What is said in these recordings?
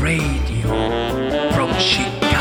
Radio from Chicago.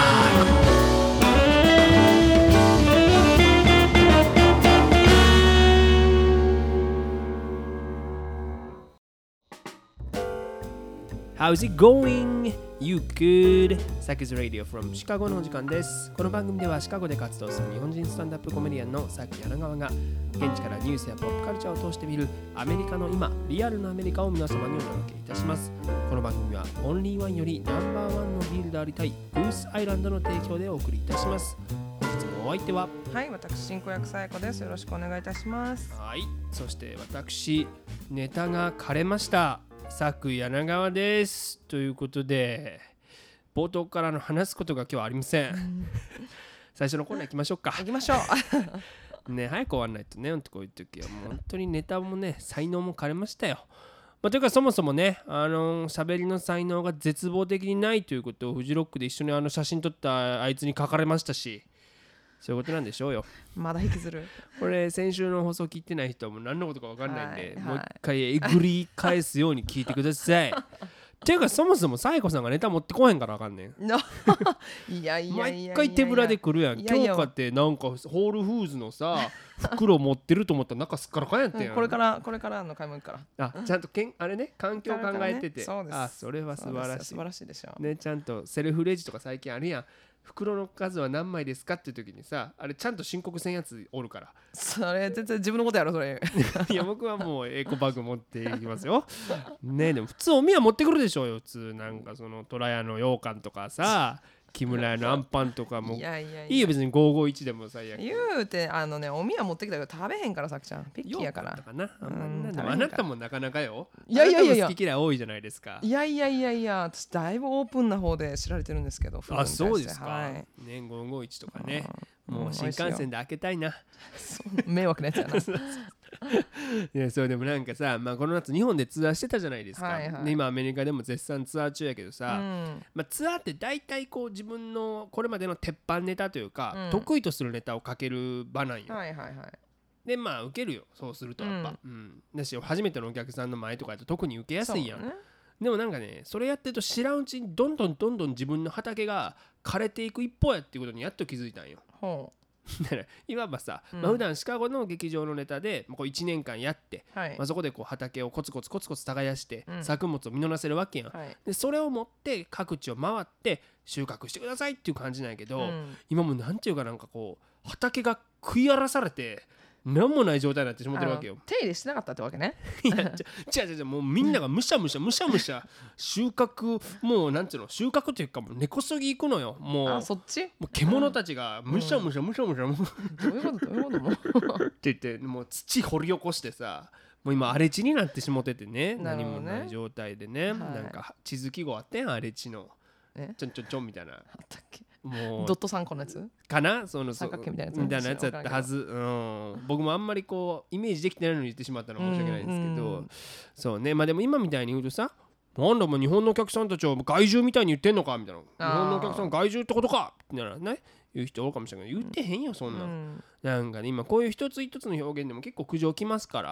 How's it going? You good? Saku's Radio from Chicago のお時間です。この番組ではシカゴで活動する日本人スタンダップコメディアンのサク柳川が現地からニュースやポップカルチャーを通して見るアメリカの今、リアルなアメリカを皆様にお届けいたします。この番組はオンリーワンよりナンバーワンのビールでありたいグースアイランドの提供でお送りいたします。本日もお相手は私進行役さやこです。よろしくお願いいたします。 そして私ネタが枯れました。サク柳川です。ということで冒頭からの話すことが今日はありません。最初のコーナー行きましょうか。 行きましょう。ね、早く終わらないとね、こういう時はもう本当にネタもね、才能も枯れましたよ。というかそもそもね、喋りの才能が絶望的にないということをフジロックで一緒に写真撮ったあいつに書かれましたし、そういうことなんでしょうよ。 まだ引きずる。 これ先週の放送聞いてない人はもう何のことか分かんないんで、もう一回えぐり返すように聞いてください。っていうかそもそもサイコさんがネタ持ってこへんから分かんねん。 いや毎回手ぶらで来るやん。今日かってなんかホールフーズのさ袋持ってると思ったら中すっからかんやったやん。 これからの買い物から。 ちゃんとあれね、環境考えてて、 そうです。 それは素晴らしい。 素晴らしいでしょね、ちゃんとセルフレジとか最近あるやん。袋の数は何枚ですかっていう時にさ、あれちゃんと申告せんやつおるから。 それ全然自分のことやろそれ。 いや僕はもうエコバッグ持っていきますよ。ね、でも普通おみや持ってくるでしょうよ。普通なんかそのトラヤの羊羹とかさ、木村屋のアンパンとかもいいよ別に551でも最悪。 言うておみや持ってきたけど食べへんからさきちゃんピッキーやから。 あなたもなかなかよ。 いや好き嫌い多いじゃないですか。 いや私だいぶオープンな方で知られてるんですけど。 そうですか。ね551とかね。もう新幹線で開けたいな。 迷惑なやつやな。 いやそうでもなんかさ、この夏日本でツアーしてたじゃないですか。で今アメリカでも絶賛ツアー中やけどさ、ツアーって大体こう自分のこれまでの鉄板ネタというか、得意とするネタをかける場なんよ。で受けるよ、そうするとやっぱ、だし初めてのお客さんの前とかだと特に受けやすいやん。でもなんかね、それやってると知らんうちにどんどん自分の畑が枯れていく一方やっていうことにやっと気づいたんよ。いわばさ、普段シカゴの劇場のネタでこう1年間やって、そこでこう畑をコツコツ耕して、作物を実らせるわけやん。でそれを持って各地を回って収穫してくださいっていう感じなんやけど、今もなんていうかなんかこう畑が食い荒らされて何もない状態になってしまってるわけよ。 手入れしてなかったってわけね。 いや違うもうみんながむしゃむしゃ収穫、もうなんていうの、収穫というかもう根こそぎ行くのよ。もうそっちもう獣たちがむしゃむしゃどういうこともって言ってもう土掘り起こしてさ、もう今荒れ地になってしもててね、 何もない状態でね、なんか地図記号あってん、荒れ地のちょんみたいな。 あったっけ。 もうドット3個のやつかな、 三角形みたいなやつだったはず。僕もあんまりこうイメージできてないのに言ってしまったのは申し訳ないんですけど、そうね。でも今みたいに言うとさ、なんだもう日本のお客さんたちは害獣みたいに言ってんのかみたいな、日本のお客さん害獣ってことかみたいなね、言う人多いかもしれないけど、言ってへんよそんな、なんかね、今こういう一つ一つの表現でも結構苦情きますから。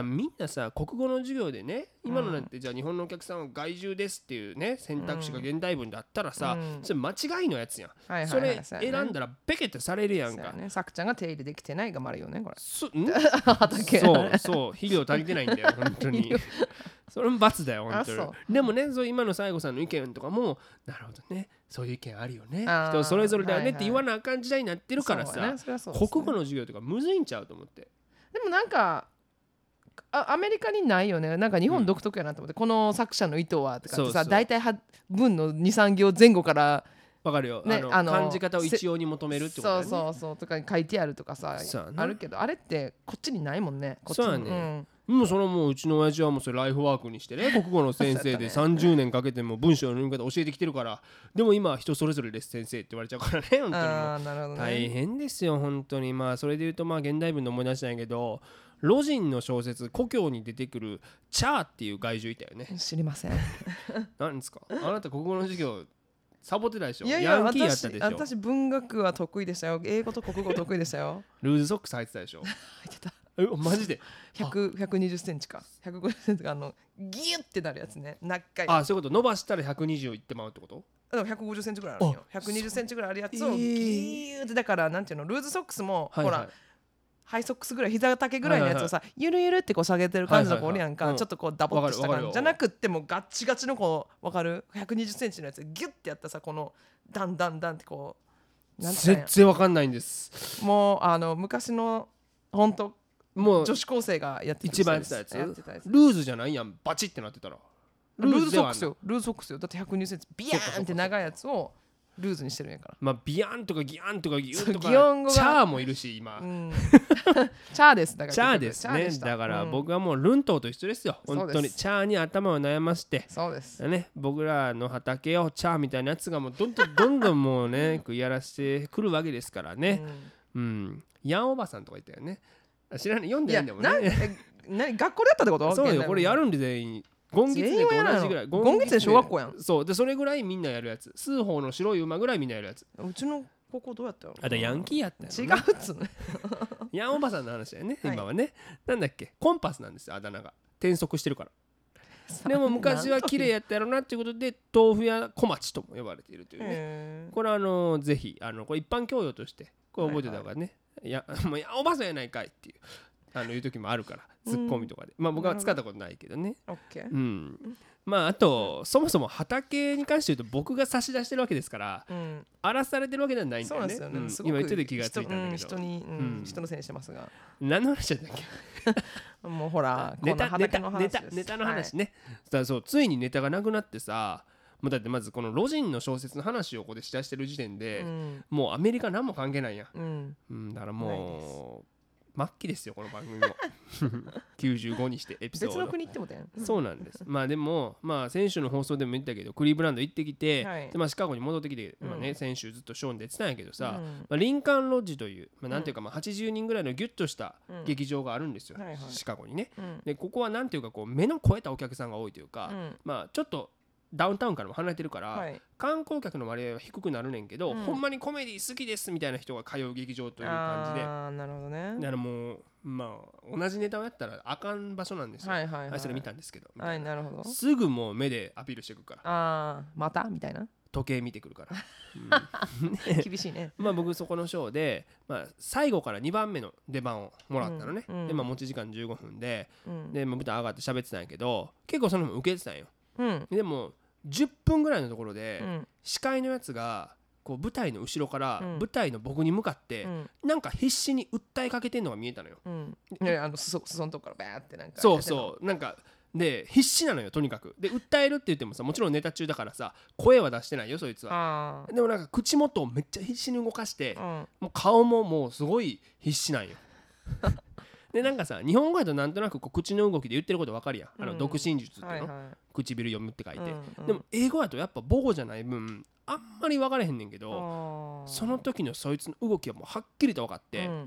みんなさ、国語の授業でね、今のなんてじゃあ日本のお客さんは害獣ですっていうね選択肢が現代文であったらさ、それ間違いのやつやん。それ選んだらベケってされるやんか。 さくちゃんが手入れできてないが丸よねこれ。 そう肥料足りてないんだよ本当に。それも罰だよ本当に。でもね、そう今の西郷さんの意見とかもなるほどね、そういう意見あるよね、人それぞれだよねって言わなあかん時代になってるからさ、国語の授業とかむずいんちゃうと思って。 でもなんかアメリカにないよね。なんか日本独特やなと思って、この作者の意図はとかってさ、大体文の 2,3 行前後からわかるよ、感じ方を一様に求めるってことだよね。 そうとかに書いてあるとかさ、あるけどあれってこっちにないもんね。 そうやね。もうそれもうちの親父はもうそれライフワークにしてね、国語の先生で30年かけても文章の読み方教えてきてるから。でも今人それぞれです先生って言われちゃうからね、本当に大変ですよ本当に。それで言うと現代文で思い出したんやけど、ロジンの小説故郷に出てくるチャーっていう害獣いたよね。 知りません。 何ですかあなた国語の授業サボってたでしょ。 いやヤンキーやったでしょ。 私文学は得意でしたよ。英語と国語得意でしたよ。 ルーズソックス履いてたでしょ。 履いてた。 マジで 120センチか150センチがギュッてなるやつね。長い。 あ、そういうこと。伸ばしたら120いってまうってこと？ だから150センチぐらいあるよ。120センチぐらいあるやつをギューって、だからなんていうの、ルーズソックスも、ほらハイソックスぐらい、膝丈ぐらいのやつをさ、ゆるゆるってこう下げてる感じの子おるやんか、ちょっとこうダボっとした感じじゃなくって、もうガッチガチのこう、わかる？120センチのやつギュッてやったさ、このダンダンダンってこう、 全然わかんないんです。 もう昔の本当もう女子高生がやって一番やってたやつ。ルーズじゃないやん、バチってなってたら。 ルーズソックスよ。ルーズソックスよ。だって120センチビヤーンって長いやつをルーズにしてるんやから。 まあビヤンとかギャンとかギュンとか擬音語がチャーもいるし今、 チャーです。だからチャーですね。だから僕はもうルントウと一緒ですよ。本当にチャーに頭を悩まして、 そうですね、僕らの畑をチャーみたいなやつがもうどんどんもうねやらしてくるわけですからね。ヤンおばさんとか言ったよね。知らない、読んでないんだもんね。 何学校でやったってこと？ そうよ、これやるんで全員。ゴンギツネと同じぐらい。 ゴンギツネ小学校やん。 そうで、それぐらいみんなやるやつ。数歩の白い馬ぐらいみんなやるやつ。 うちの高校どうやったの？ あ、だヤンキーやったよ。違うっつうね。 ヤンおばさんの話だよね、今はね。なんだっけ、コンパスなんですよ、あだ名が。転足してるから。でも昔は綺麗やったやろなっていうことで、豆腐や小町とも呼ばれているというね。これはぜひこれ一般教養としてこれ覚えてた方がね、もうヤンおばさんやないかいっていういう時もあるから、ツッコミとかで、まあ僕は使ったことないけどね。まああとそもそも畑に関して言うと僕が差し出してるわけですから、荒らされてるわけではないんだよね。今言ってて気がついたんだけど、 人のせいにしてますが。 何の話だったっけ？もうほらネタの話ね。そう、ついにネタがなくなってさ、もうだってまずこのロジンの小説の話をここでしだしてる時点で、もうアメリカ何も関係ないやん。だからもう末期ですよこの番組も。95にしてエピソード別の国行ってもたやん。 そうなんです。まあでも先週の放送でも言ったけど、クリーブランド行ってきて、でシカゴに戻ってきて、先週ずっとショーに出てたんやけどさ、リンカーンロッジというなんていうか80人ぐらいのギュッとした劇場があるんですよ、シカゴにね。でここはなんていうかこう目の肥えたお客さんが多いというか、ちょっとダウンタウンからも離れてるから、観光客の割合は低くなるねんけど、ほんまにコメディ好きですみたいな人が通う劇場という感じで。 なるほどね。 だからもう同じネタをやったらあかん場所なんですよ。それ見たんですけど、 なるほど。 すぐもう目でアピールしてくるから、 またみたいな時計見てくるから、 厳しいね。 僕そこのショーで、最後から2番目の出番をもらったのね。で持ち時間15分で、舞台上がって喋ってたんやけど、結構その分受けてたんよ。でも10分ぐらいのところで、司会のやつがこう舞台の後ろから舞台の僕に向かって、なんか必死に訴えかけてんのが見えたのよ。 裾のとこからバーってなんかそうなんかで必死なのよとにかく。で訴えるって言ってもさ、もちろんネタ中だからさ声は出してないよそいつは。でもなんか口元をめっちゃ必死に動かして、もう顔ももうすごい必死なんよ。でなんかさ、日本語だとなんとなくこう口の動きで言ってること分かるやん。読心術っていうの、唇読むって書いて、でも英語だとやっぱ母語じゃない分あんまり分からへんねんけど、その時のそいつの動きはもうはっきりと分かって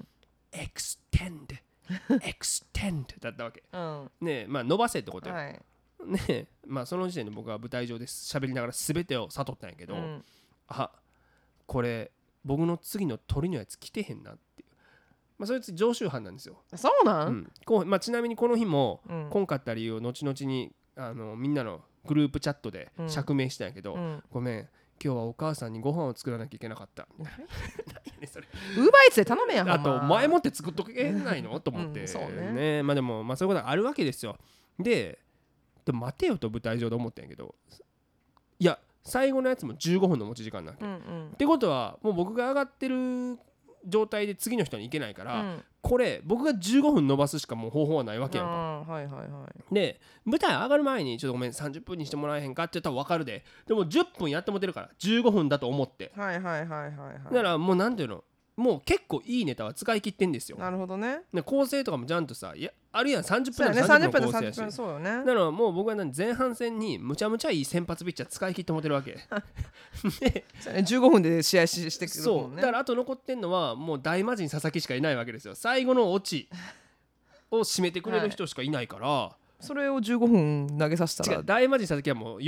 、extend だったわけ。ねえ、伸ばせってことよ。ねえ、その時点で僕は舞台上で喋りながら全てを悟ったんやけど、これ僕の次の鳥のやつ来てへんなっていう。そいつ常習犯なんですよ。 そうなん？ ちなみにこの日も、こんかった理由を後々にみんなのグループチャットで釈明したんやけど、ごめん今日はお母さんにご飯を作らなきゃいけなかった。何やねそれ。 ウーバーイーツで頼めやん。 あと前もって作っとけないのと思ってそうね。でもそういうことがあるわけですよ。で待てよと舞台上で思ったんやけど、いや最後のやつも15分の持ち時間なわけ。ってことはもう僕が上がってる状態で次の人に行けないから、これ僕が15分伸ばすしかもう方法はないわけやんか。で舞台上がる前にちょっとごめん30分にしてもらえへんかって言ったら分かるで。でも10分やってもてるから15分だと思って、だからもうなんていうの、もう結構いいネタは使い切ってんですよ。 なるほどね。 構成とかもちゃんとさ、いやあるやん30分で 30分の構成やし、 そうよね。 だからもう僕は前半戦にむちゃむちゃいい先発ピッチャー使い切ってもてるわけ。 で15分で試合してくるもんね。 そうだからあと残ってんのはもう大魔神佐々木しかいないわけですよ。最後のオチを締めてくれる人しかいないから、 それを15分投げさせたら違う、大魔神した時はもう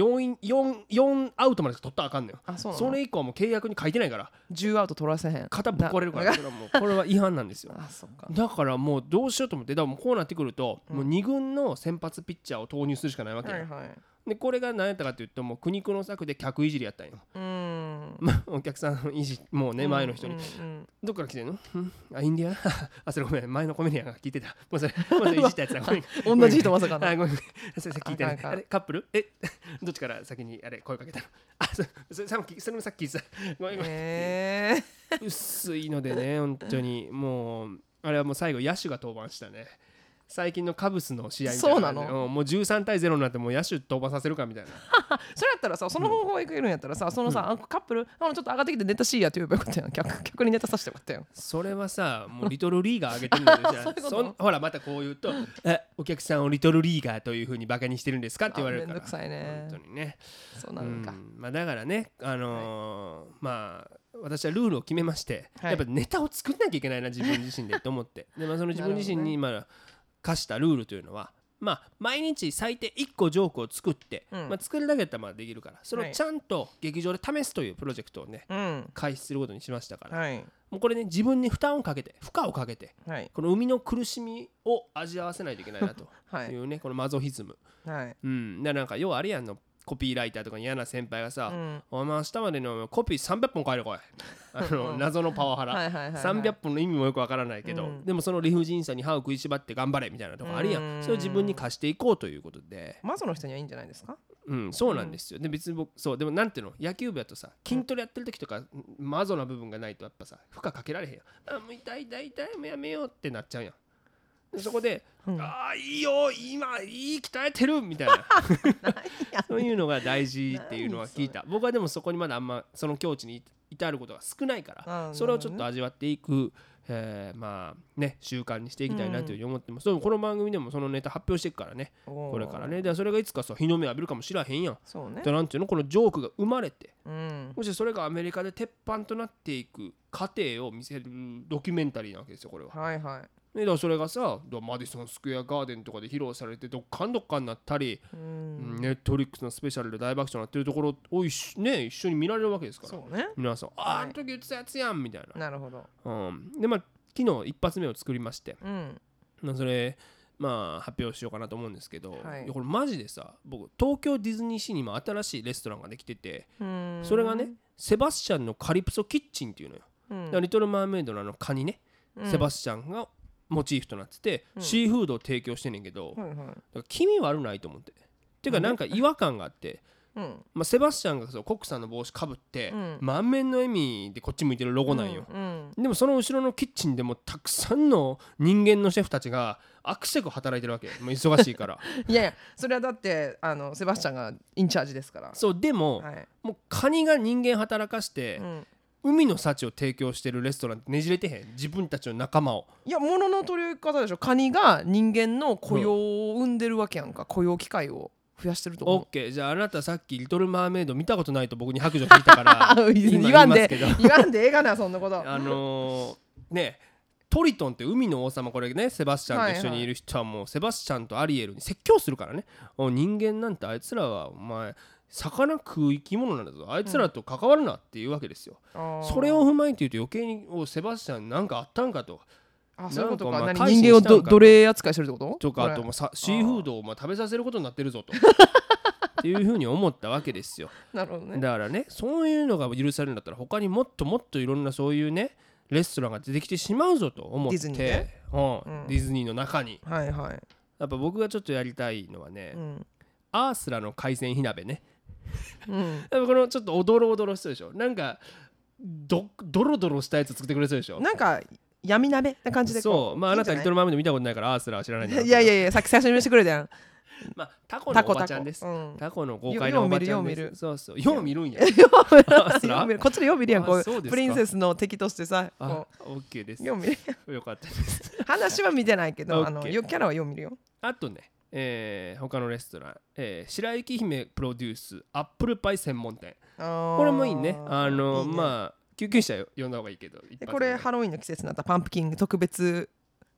4アウトまでしか取ったらあかんのよ。それ以降はもう契約に書いてないから 10アウト取らせへん、 肩ぶっ壊れるからそれはもうこれは違反なんですよあ、そっか。 だからもうどうしようと思って、だからもうこうなってくると、もう2軍の先発ピッチャーを投入するしかないわけよ、でこれが何やったかというと、もう苦肉の策で客いじりやったんよ。お客さんのいじもうね、前の人にどっから来てんの、あ、インディアナあ、それごめん、前のコメディアンが聞いてた、もうそれいじったやつだ、ごめん同じ人まさかのごめん先生聞いてね、あれカップルどっちから先にあれ声かけたの、あ、それもさっき言ってた、ごめん薄いのでね、本当にもうあれはもう最後野手が登板したね。最近のカブスの試合みたいな。 そうなの？ もう13対0になってもう野手登板させるかみたいなそれやったらさ、その方法いけるんやったらさ、そのさ、カップルちょっと上がってきてネタしいやって言えばよかったやん。逆にネタさせてよかったやん。 それはさ、もうリトルリーガー上げてるのでじゃあほらまたこう言うとお客さんをリトルリーガーという風にバカにしてるんですかって言われるから、 めんどくさいね、 本当にね。 そうなのか、 まあ、だからね、まあ私はルールを決めまして、やっぱネタを作んなきゃいけないな自分自身でと思ってで、まあ、その自分自身に今課したルールというのは、まあ、毎日最低1個ジョークを作って、まあ、作るだけだったらまあできるから、それをちゃんと劇場で試すというプロジェクトをね、開始することにしましたから、もうこれね、自分に負荷をかけて、この生みの苦しみを味わわせないといけないなというね、このマゾヒズム、でなんか要はあれやんの、コピーライターとかに嫌な先輩がさ、お前明日までのコピー300本書いてこい謎のパワハラ300本の意味もよくわからないけど、でもその理不尽さに歯を食いしばって頑張れみたいなとこあるやん。それを自分に課していこうということで、 マゾの人にはいいんじゃないですか。 そうなんですよ。で別に僕そうでもなんていうの、野球部やとさ、筋トレやってる時とかマゾな部分がないとやっぱさ負荷かけられへんやん。もう痛いもうやめようってなっちゃうやん。でそこで、いいよ今いい鍛えてるみたいなそういうのが大事っていうのは聞いた。僕はでもそこにまだあんまその境地に至ることが少ないから、それをちょっと味わっていく、まあね、習慣にしていきたいなというふうに思ってます。この番組でもそのネタ発表していくからね、これからね。でそれがいつか日の目浴びるかもしらへんやん。 そうね。 でなんていうの、このジョークが生まれて、そしてそれがアメリカで鉄板となっていく過程を見せるドキュメンタリーなわけですよ、これは。 はいはい。 だからそれがさ、マディソンスクエアガーデンとかで披露されてどっかんになったり、ネットフリックスのスペシャルで大爆笑になってるところを一緒に見られるわけですから、 そうね、 皆さん、あの時言ってたやつやんみたいな。 なるほど。 でまあ昨日一発目を作りまして、それまあ発表しようかなと思うんですけど、これマジでさ、僕東京ディズニーシーにも新しいレストランができてて、それがねセバスチャンのカリプソキッチンっていうのよ。リトルマーメイドのカニね、セバスチャンがモチーフとなってて、シーフードを提供してんねんけど、だから気味悪ないと思って、っていうかなんか違和感があって、セバスチャンがコックさんの帽子かぶって、満面の笑みでこっち向いてるロゴなんよ。でもその後ろのキッチンでもたくさんの人間のシェフたちがアクセク働いてるわけ、もう忙しいからいやいや、それはだってセバスチャンがインチャージですから。 そう、でも、もうカニが人間働かして、海の幸を提供してるレストランってねじれてへん、自分たちの仲間を。 いや、物の取り方でしょ。カニが人間の雇用を生んでるわけやんか、雇用機会を増やしてると思う。 オッケー、じゃああなたさっきリトルマーメイド見たことないと僕に白状聞いたから言わんで映画な、そんなこと。 ね、トリトンって海の王様、これねセバスチャンと一緒にいる人はもうセバスチャンとアリエルに説教するからね。人間なんてあいつらはお前魚食う生き物なんだぞ、あいつらと関わるなっていうわけですよ。それを踏まえて言うと余計にセバスチャンなんかあったんかと。 そういうことか。人間を奴隷扱いしてるってこととか、あとシーフードを食べさせることになってるぞとっていうふうに思ったわけですよ。 なるほどね。 だからね、そういうのが許されるんだったら他にもっともっといろんなそういうねレストランが出てきてしまうぞと思って、ディズニーの中に、やっぱ僕がちょっとやりたいのはね、アースラの海鮮火鍋ねやっぱこのちょっとおどろおどろしそうでしょ。なんかドロドロしたやつ作ってくれそうでしょ。 なんか闇鍋な感じで。 そう、まああなたリトルマーメイド見たことないからアースラは知らないんだけど、 いやさっき最初に見せてくれたやん。 まあタコのおばちゃんです。タコの豪快なおばちゃんです。そうそう、よう見るんや。こっちでよう見るやん、こうプリンセスの敵としてさ。 オッケーです。 よう見る。 よかったです。 話は見てないけど、キャラはよう見るよ。 あとね、他のレストラン、白雪姫プロデュースアップルパイ専門店、これもいいね。まあ救急車呼んだ方がいいけど、 これハロウィンの季節になったパンプキン特別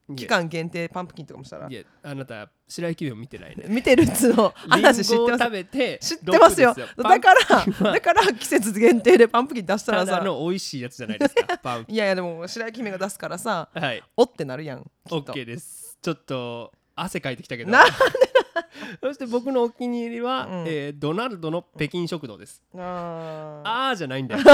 期間限定パンプキンとかもしたら。 いやあなた白雪姫を見てないね。 見てるっつの話知ってます。 食べて知ってますよ。だから季節限定でパンプキン出したらさ、 ただの美味しいやつじゃないですかパン。 いやいやでも白雪姫が出すからさ、 はい、 おってなるやん。 OK です。ちょっと汗かいてきたけど。 なんでそして僕のお気に入りは、ドナルドの北京食堂です。あーじゃないんだよ。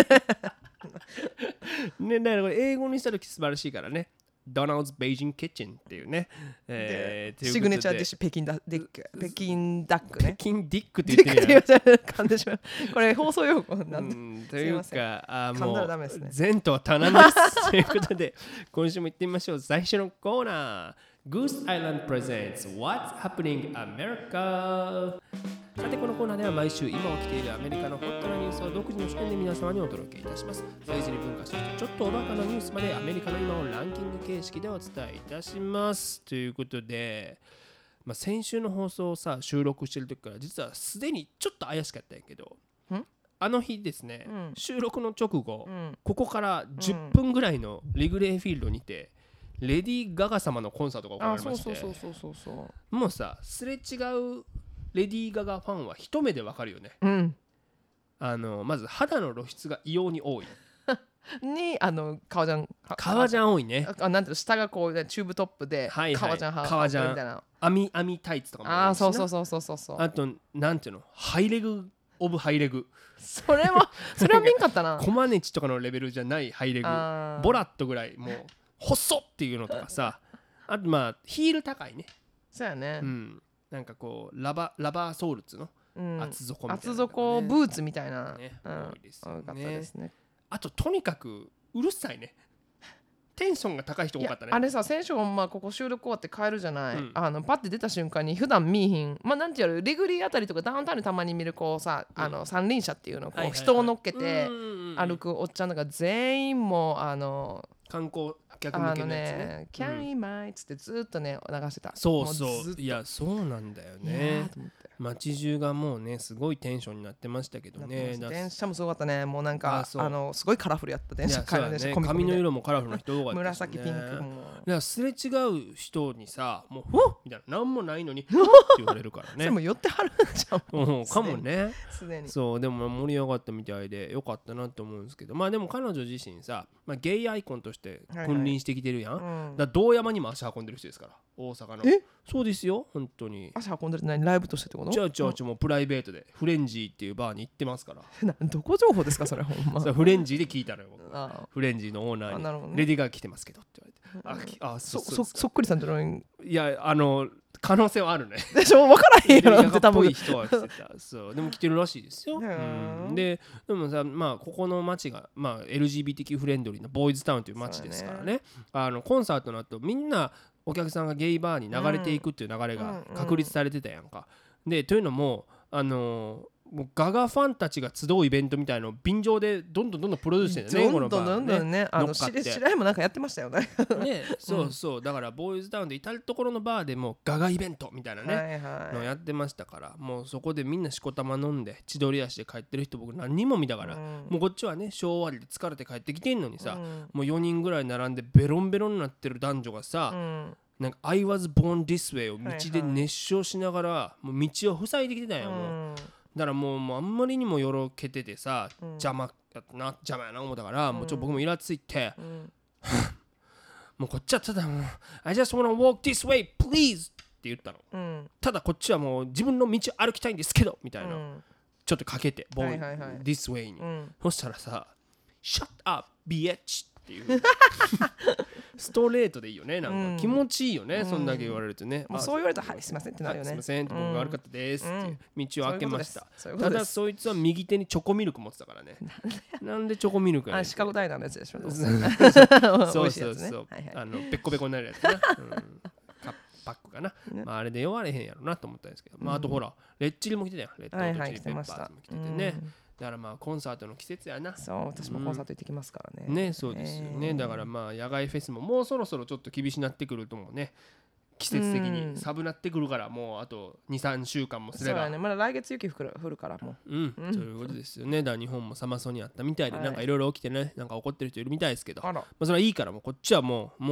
ね、だからこれ英語にした時素晴らしいからね。ドナルド・ベイジン・キッチンっていうね、 シグネチャーディッシュ北京ダックね。 北京ディックって言ってるやん。 噛んでしまう。これ放送用語なんで。 というかもう前途は多難です。ということで今週も行ってみましょう。最初のコーナー。Goose Island Presents What's Happening America。 さてこのコーナーでは毎週今起きているアメリカのホットなニュースを独自の視点で皆様にお届けいたします。政治に文化そしてちょっとおバカなニュースまでアメリカの今をランキング形式でお伝えいたします。ということで、先週の放送をさ収録してる時から実はすでにちょっと怪しかったんやけど、あの日ですね、収録の直後、ここから10分ぐらいのリグレーフィールドにて、レディー・ガガ様のコンサートが行われまして、もうさすれ違うレディー・ガガファンは一目でわかるよね、まず肌の露出が異様に多いに革ジャン多いね。 なんていうの、下がこうチューブトップで革ジャンみたいな網タイツとかもあるしな。 そうあとなんていうの、ハイレグオブハイレグ、 それは見んかったな。 コマネチとかのレベルじゃないハイレグ、ボラットぐらいもう細っていうのとかさ、あとヒール高いね。 そうやね。 なんかこうラバーソールっつの、厚底みたいな、 厚底ブーツみたいなね、多いですよね。 多かったですね。 あととにかくうるさいね。テンションが高い人多かったね。 あれさ、先週ここ収録終わって帰るじゃない、パッて出た瞬間に普段見えひん、なんていうの、レグリーあたりとかダウンタウンでたまに見るこうさ、三輪車っていうのを人を乗っけて歩くおっちゃんが全員も観光客向けのやつね、 キャリーマイっつってずっとね流してた。 そういやそうなんだよね。街中がもうねすごいテンションになってましたけどね。 電車もすごかったね。もうなんかすごいカラフルやった電車。 髪の色もカラフルな人多かったしね。 紫ピンクも。 いやすれ違う人にさ、もうふっみたいな、なんもないのにふっって言われるからね。 でも寄ってはるんじゃん。 かもね。 すでに。 そうでも盛り上がったみたいでよかったなと思うんですけど、でも彼女自身さ、ゲイアイコンとして君臨してきてるやん。だ堂山にも足運んでる人ですから、大阪の。そうですよ、本当に。 足運んでるってライブとしてってこと？ ちょもうプライベートでフレンジーっていうバーに行ってますから。 どこ情報ですかそれ？ほんまフレンジーで聞いたのよ。フレンジーのオーナーにレディーが来てますけどって言われて、 そっくりさんじゃない？ いや可能性はあるね。 でしょ、分からへんやろって多分。 人は来てた。そうでも来てるらしいですよ。でもさ、ここの街がLGBTQ フレンドリーなボーイズタウンという街ですからね。コンサートの後みんなお客さんがゲイバーに流れていくっていう流れが確立されてたやんか。でというのももうガガファンたちが集うイベントみたいのを便乗でどんどんプロデュースしてるね。 どんどんね、白井もなんかやってましたよね。 そうだからボーイズタウンで至る所のバーでもガガイベントみたいなねのやってましたから、もうそこでみんなしこたま飲んで千鳥足で帰ってる人僕何人も見たから、もうこっちはね昭和で疲れて帰ってきてんのにさ、もう4人ぐらい並んでベロンベロンになってる男女がさ、なんか I was born this way を道で熱唱しながらもう道を塞いできてたんや。もうだからもうあんまりにもよろけててさ、邪魔やな思ったから、もう僕もイラついて、もうこっちはただもう I just wanna walk this way please って言ったの、ただこっちはもう自分の道歩きたいんですけどみたいな、ちょっとかけてthis way に、そしたらさ Shut up bitch っていうストレートでいいよね。なんか気持ちいいよね、そんだけ言われるとね。 そう言われるとはいすいませんってなるよね。 すいませんって僕が悪かったですって道を開けました。ただそいつは右手にチョコミルク持ってたからね。なんでチョコミルクやねん。 シカゴダイナーのやつでしょ。 そうペコペコになるやつな。パックかな。あれで酔われへんやろなと思ったんですけど、あとほらレッチリも来てたよ。レッドとチリペッパーズも来ててね。だからコンサートの季節やな。 そう、私もコンサート行ってきますからね。 ね、そうですよね。だから野外フェスももうそろそろちょっと厳しくなってくると思うね。季節的に寒なってくるから、もうあと 2,3 週間もすれば。 そうやね、まだ来月雪降るからもう。 そういうことですよね。だから日本も寒そうにあったみたいで、なんかいろいろ起きてね、なんか怒ってる人いるみたいですけど、それはいいからもうこっちはもう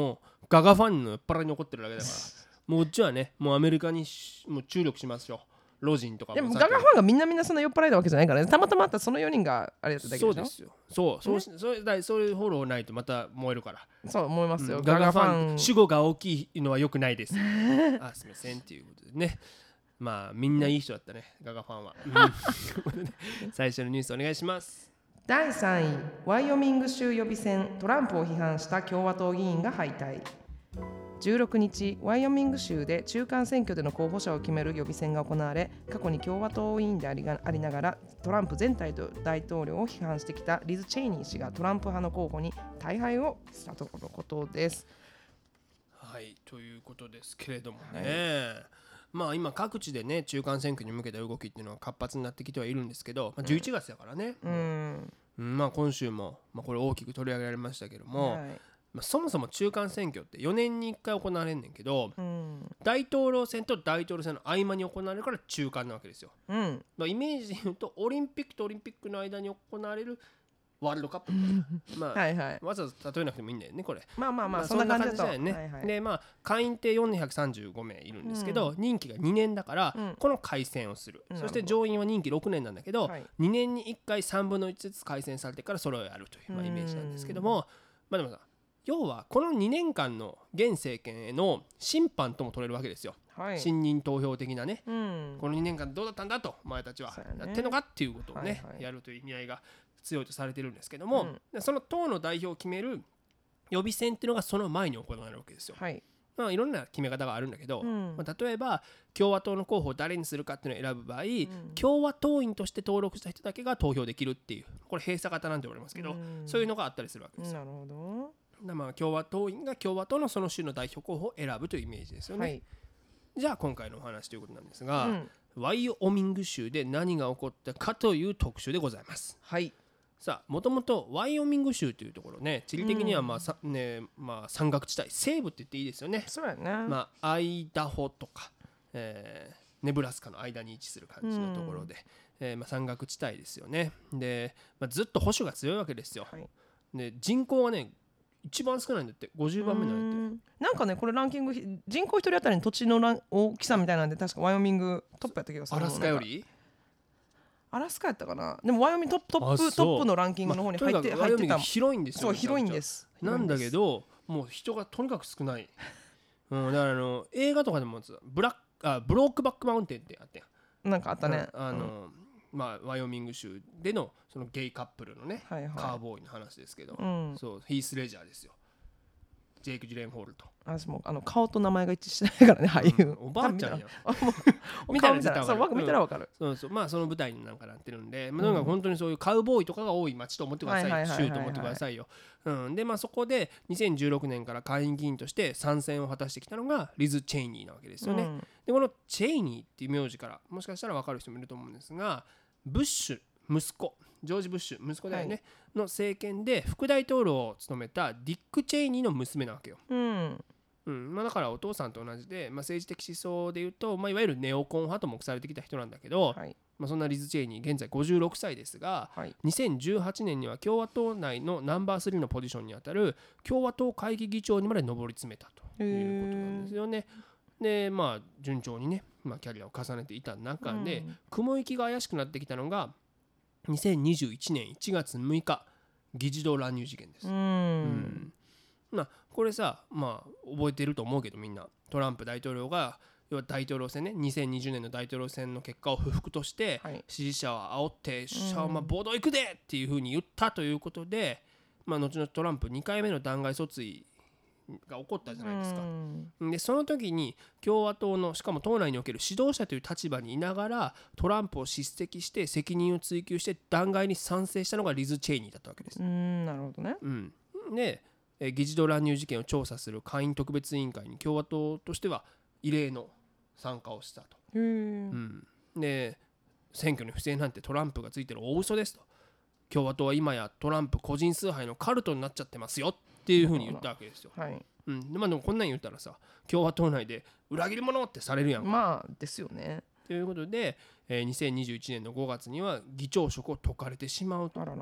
ガガファンの酔っ払いに怒ってるだけだからもううちはねもうアメリカにもう注力しますよ。ロジンとかもでもガガファンがみんなそんな酔っ払いなわけじゃないからね。たまたまあったその4人があれだっただけでしょ。 そうですよ。そういうフォローないとまた燃えるから。 そう思いますよ。 ガガファン主語が大きいのは良くないです。すみませんっていうことでね。まあみんないい人だったねガガファンは。最初のニュースお願いします。 第3位、ワイオミング州予備選トランプを批判した共和党議員が敗退。16日、ワイオミング州で中間選挙での候補者を決める予備選が行われ、過去に共和党委員でありながらトランプ前大統領を批判してきたリズ・チェイニー氏がトランプ派の候補に大敗をしたとのことです。 はい、ということですけれどもね、まあ今各地でね中間選挙に向けた動きっていうのは活発になってきてはいるんですけど、11月だからね、まあ今週も、これ大きく取り上げられましたけども、そもそも中間選挙って4年に1回行われんねんけど、大統領選と大統領選の合間に行われるから中間なわけですよ。イメージで言うとオリンピックとオリンピックの間に行われるワールドカップわざわざ例えなくてもいいんだよねこれ。 まあそんな感じだよね。で下院って435名いるんですけど、任期が2年だから、この改選をする。そして上院は任期6年なんだけど、2年に1回3分の1ずつ改選されてからそれをやるという、イメージなんですけども、でもさ要はこの2年間の現政権への審判とも取れるわけですよ。信任投票的なね、この2年間どうだったんだとお前たちはやってんのかっていうことをね、やるという意味合いが強いとされてるんですけども、その党の代表を決める予備選っていうのがその前に行われるわけですよ。いろんな決め方があるんだけど、例えば共和党の候補を誰にするかっていうのを選ぶ場合、共和党員として登録した人だけが投票できるっていう、これ閉鎖型なんて言われますけど、そういうのがあったりするわけですよ。 なるほど。 共和党員が共和党のその州の代表候補を選ぶというイメージですよね。じゃあ今回のお話ということなんですが、ワイオミング州で何が起こったかという特集でございます。さあもともとワイオミング州というところね、地理的には山岳地帯西部って言っていいですよね。 そうやね。 アイダホとか、ネブラスカの間に位置する感じのところで、山岳地帯ですよね。で、ずっと保守が強いわけですよ。で人口はね一番少ないんだって、50番目なんだって。 なんかねこれランキング人口1人当たりの土地の大きさみたいなんで確かワイオミングトップやった気がする。 アラスカよりアラスカやったかな。でもワイオミングトップのランキングの方に入ってた。 広いんですよ。 そう広いんです。 なんだけどもう人がとにかく少ない。だから映画とかでもブロークバックマウンテンってあってなんかあったね。 ワイオミング州でのそのゲイカップルのね、カーボーイの話ですけど、そうヒース・レジャーですよ。ジェイク・ジレンホールと。 私も顔と名前が一致してないからね、俳優。 おばあちゃんや。 見たらわかる。 その舞台になんかなってるんで、なんか本当にそういうカウボーイとかが多い街と思ってください。州と思ってくださいよ。でそこで2016年から下院議員として参戦を果たしてきたのがリズ・チェイニーなわけですよね。でこのチェイニーっていう名字からもしかしたら分かる人もいると思うんですが、ブッシュ息子ジョージ・ブッシュ息子だよね、の政権で副大統領を務めたディック・チェイニーの娘なわけよ。だからお父さんと同じで、政治的思想でいうと、いわゆるネオコン派と目されてきた人なんだけど、そんなリズ・チェイニー現在56歳ですが、2018年には共和党内のナンバー3のポジションにあたる共和党会議議長にまで上り詰めたということなんですよね。で順調にね、キャリアを重ねていた中で、雲行きが怪しくなってきたのが2021年1月6日議事堂乱入事件です。これさ覚えてると思うけど、みんなトランプ大統領が要は大統領選ね、2020年の大統領選の結果を不服として、支持者は煽って暴動行くでっていう風に言ったということで、後々トランプ2回目の弾劾訴追が起こったじゃないですか。でその時に共和党のしかも党内における指導者という立場にいながらトランプを叱責して責任を追及して弾劾に賛成したのがリズ・チェイニーだったわけです。 なるほどね。 で議事堂乱入事件を調査する下院特別委員会に共和党としては異例の参加をしたと。で選挙に不正なんてトランプがついてる大嘘ですと。共和党は今やトランプ個人崇拝のカルトになっちゃってますよっていうふうに言ったわけですよ。でもこんなん言ったらさ、共和党内で裏切り者ってされるやんか。 ですよね。 ということで、2021年の5月には議長職を解かれてしまうと。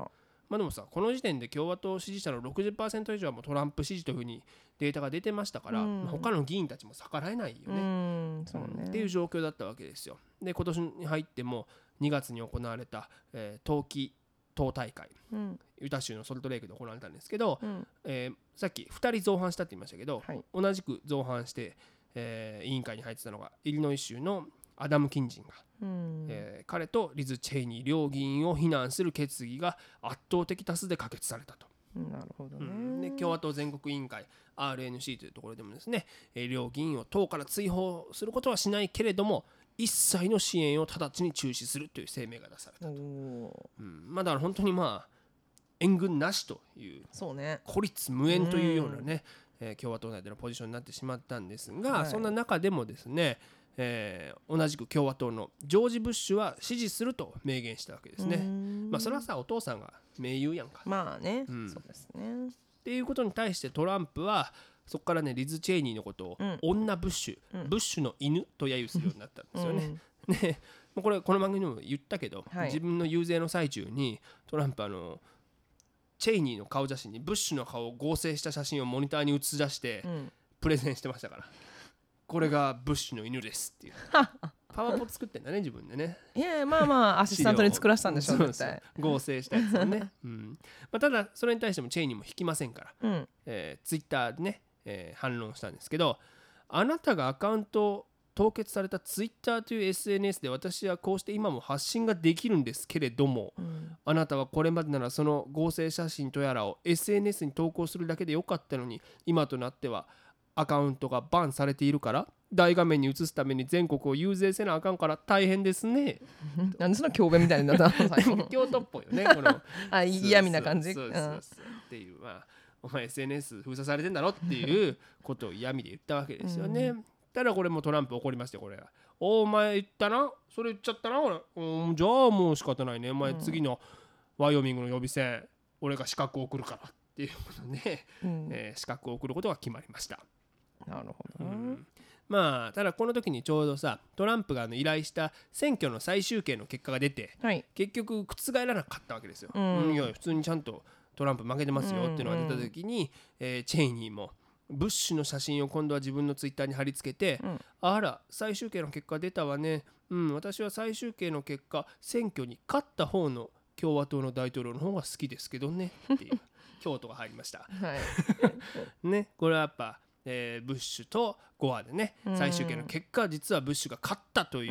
まあでもさ、この時点で共和党支持者の 60% 以上はもうトランプ支持というふうにデータが出てましたから、他の議員たちも逆らえないよね、っていう状況だったわけですよ。で今年に入っても2月に行われた、冬季党大会、ユタ州のソルトレイクで行われたんですけど、さっき2人造反したって言いましたけど、同じく造反して、委員会に入ってたのがイリノイ州のアダム・キンジンが、彼とリズ・チェイニー両議員を非難する決議が圧倒的多数で可決されたと。 なるほどね。 で共和党全国委員会 RNC というところでもですね、両議員を党から追放することはしないけれども一切の支援を直ちに中止するという声明が出されたと。だから本当に援軍なしという、孤立無援というようなね、共和党内でのポジションになってしまったんですが、そんな中でもですね、同じく共和党のジョージ・ブッシュは支持すると明言したわけですね。それはさ、お父さんが盟友やんか。 そうですね。 っていうことに対してトランプはそこからねリズ・チェイニーのことを女ブッシュ、ブッシュの犬と揶揄するようになったんですよね。でこの番組でも言ったけど、自分の遊説の最中にトランプチェイニーの顔写真にブッシュの顔を合成した写真をモニターに映し出してプレゼンしてましたから、これがブッシュの犬ですっていうパワポ作ってんだね自分でね。 いやアシスタントに作らせたんでしょう絶対。 合成したやつをね、ただそれに対してもチェイニーも引きませんから、ツイッターでね、反論したんですけど、あなたがアカウントを凍結されたツイッターという SNS で私はこうして今も発信ができるんですけれども、あなたはこれまでならその合成写真とやらを SNS に投稿するだけでよかったのに、今となってはアカウントがバンされているから大画面に映すために全国を遊説せなあかんから大変ですね。 なんでその教鞭みたいになったの京都っぽいよねこの嫌味な感じ。 っていう、お前 SNS 封鎖されてんだろっていうことを嫌味で言ったわけですよね。ただこれもトランプ怒りまして、これお前言ったな、それ言っちゃったな、じゃあもう仕方ないね、お前次のワイオミングの予備選俺が資格を送るからっていうことで、資格を送ることが決まりました。 なるほど、 ただこの時にちょうどさ、トランプが依頼した選挙の最終形の結果が出て、結局覆らなかったわけですよ。いや普通にちゃんとトランプ負けてますよっていうのが出た時に、チェイニーもブッシュの写真を今度は自分のツイッターに貼り付けて、あら最終形の結果出たわね、私は最終形の結果選挙に勝った方の共和党の大統領の方が好きですけどねっていう京都が入りました。ね、これはやっぱブッシュとゴアでね、最終形の結果実はブッシュが勝ったという、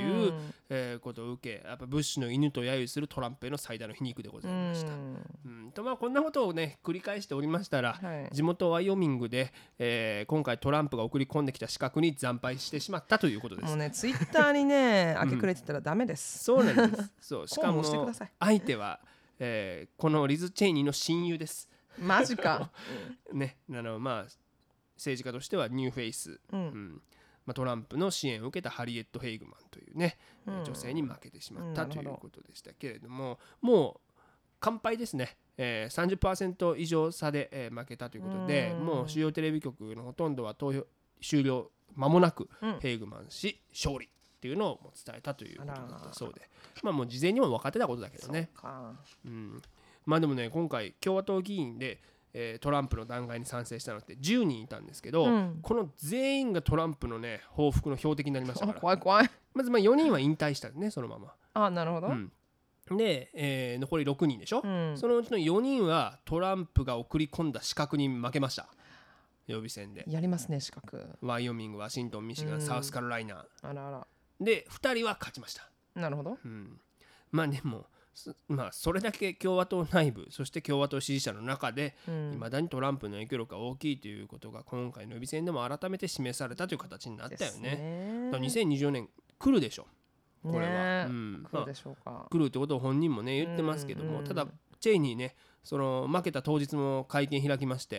ことを受け、やっぱブッシュの犬と揶揄するトランプへの最大の皮肉でございました。こんなことをね繰り返しておりましたら、地元ワイオミングで、今回トランプが送り込んできた資格に惨敗してしまったということです。 もうねツイッターにね明け暮れてたらダメです。 そうなんです。そうしかも相手は、このリズ・チェイニーの親友です。 マジかね、政治家としてはニューフェイス、トランプの支援を受けたハリエット・ヘイグマンというね、女性に負けてしまったということでしたけれども、もう完敗ですね。30% 以上差で、負けたということで、もう主要テレビ局のほとんどは投票終了間もなく、ヘイグマン氏勝利っていうのを伝えたということだったそうで、もう事前にも分かってたことだけどね。でもね、今回共和党議員でトランプの弾劾に賛成したのって10人いたんですけど、この全員がトランプのね報復の標的になりましたから。 怖い。 まず4人は引退したんですね、そのまま。 なるほど。 で、残り6人でしょ、そのうちの4人はトランプが送り込んだ資格に負けました。予備選でやりますね、資格。 ワイオミング、ワシントン、ミシガン、サウスカロライナで2人は勝ちました。 なるほど。 でもそれだけ共和党内部、そして共和党支持者の中でいまだにトランプの影響力が大きいということが今回の予備選でも改めて示されたという形になったよね。2024年来るでしょ、これは。 来るでしょうか。 来るってことを本人もね言ってますけども、ただチェイニーね、その負けた当日も会見開きまして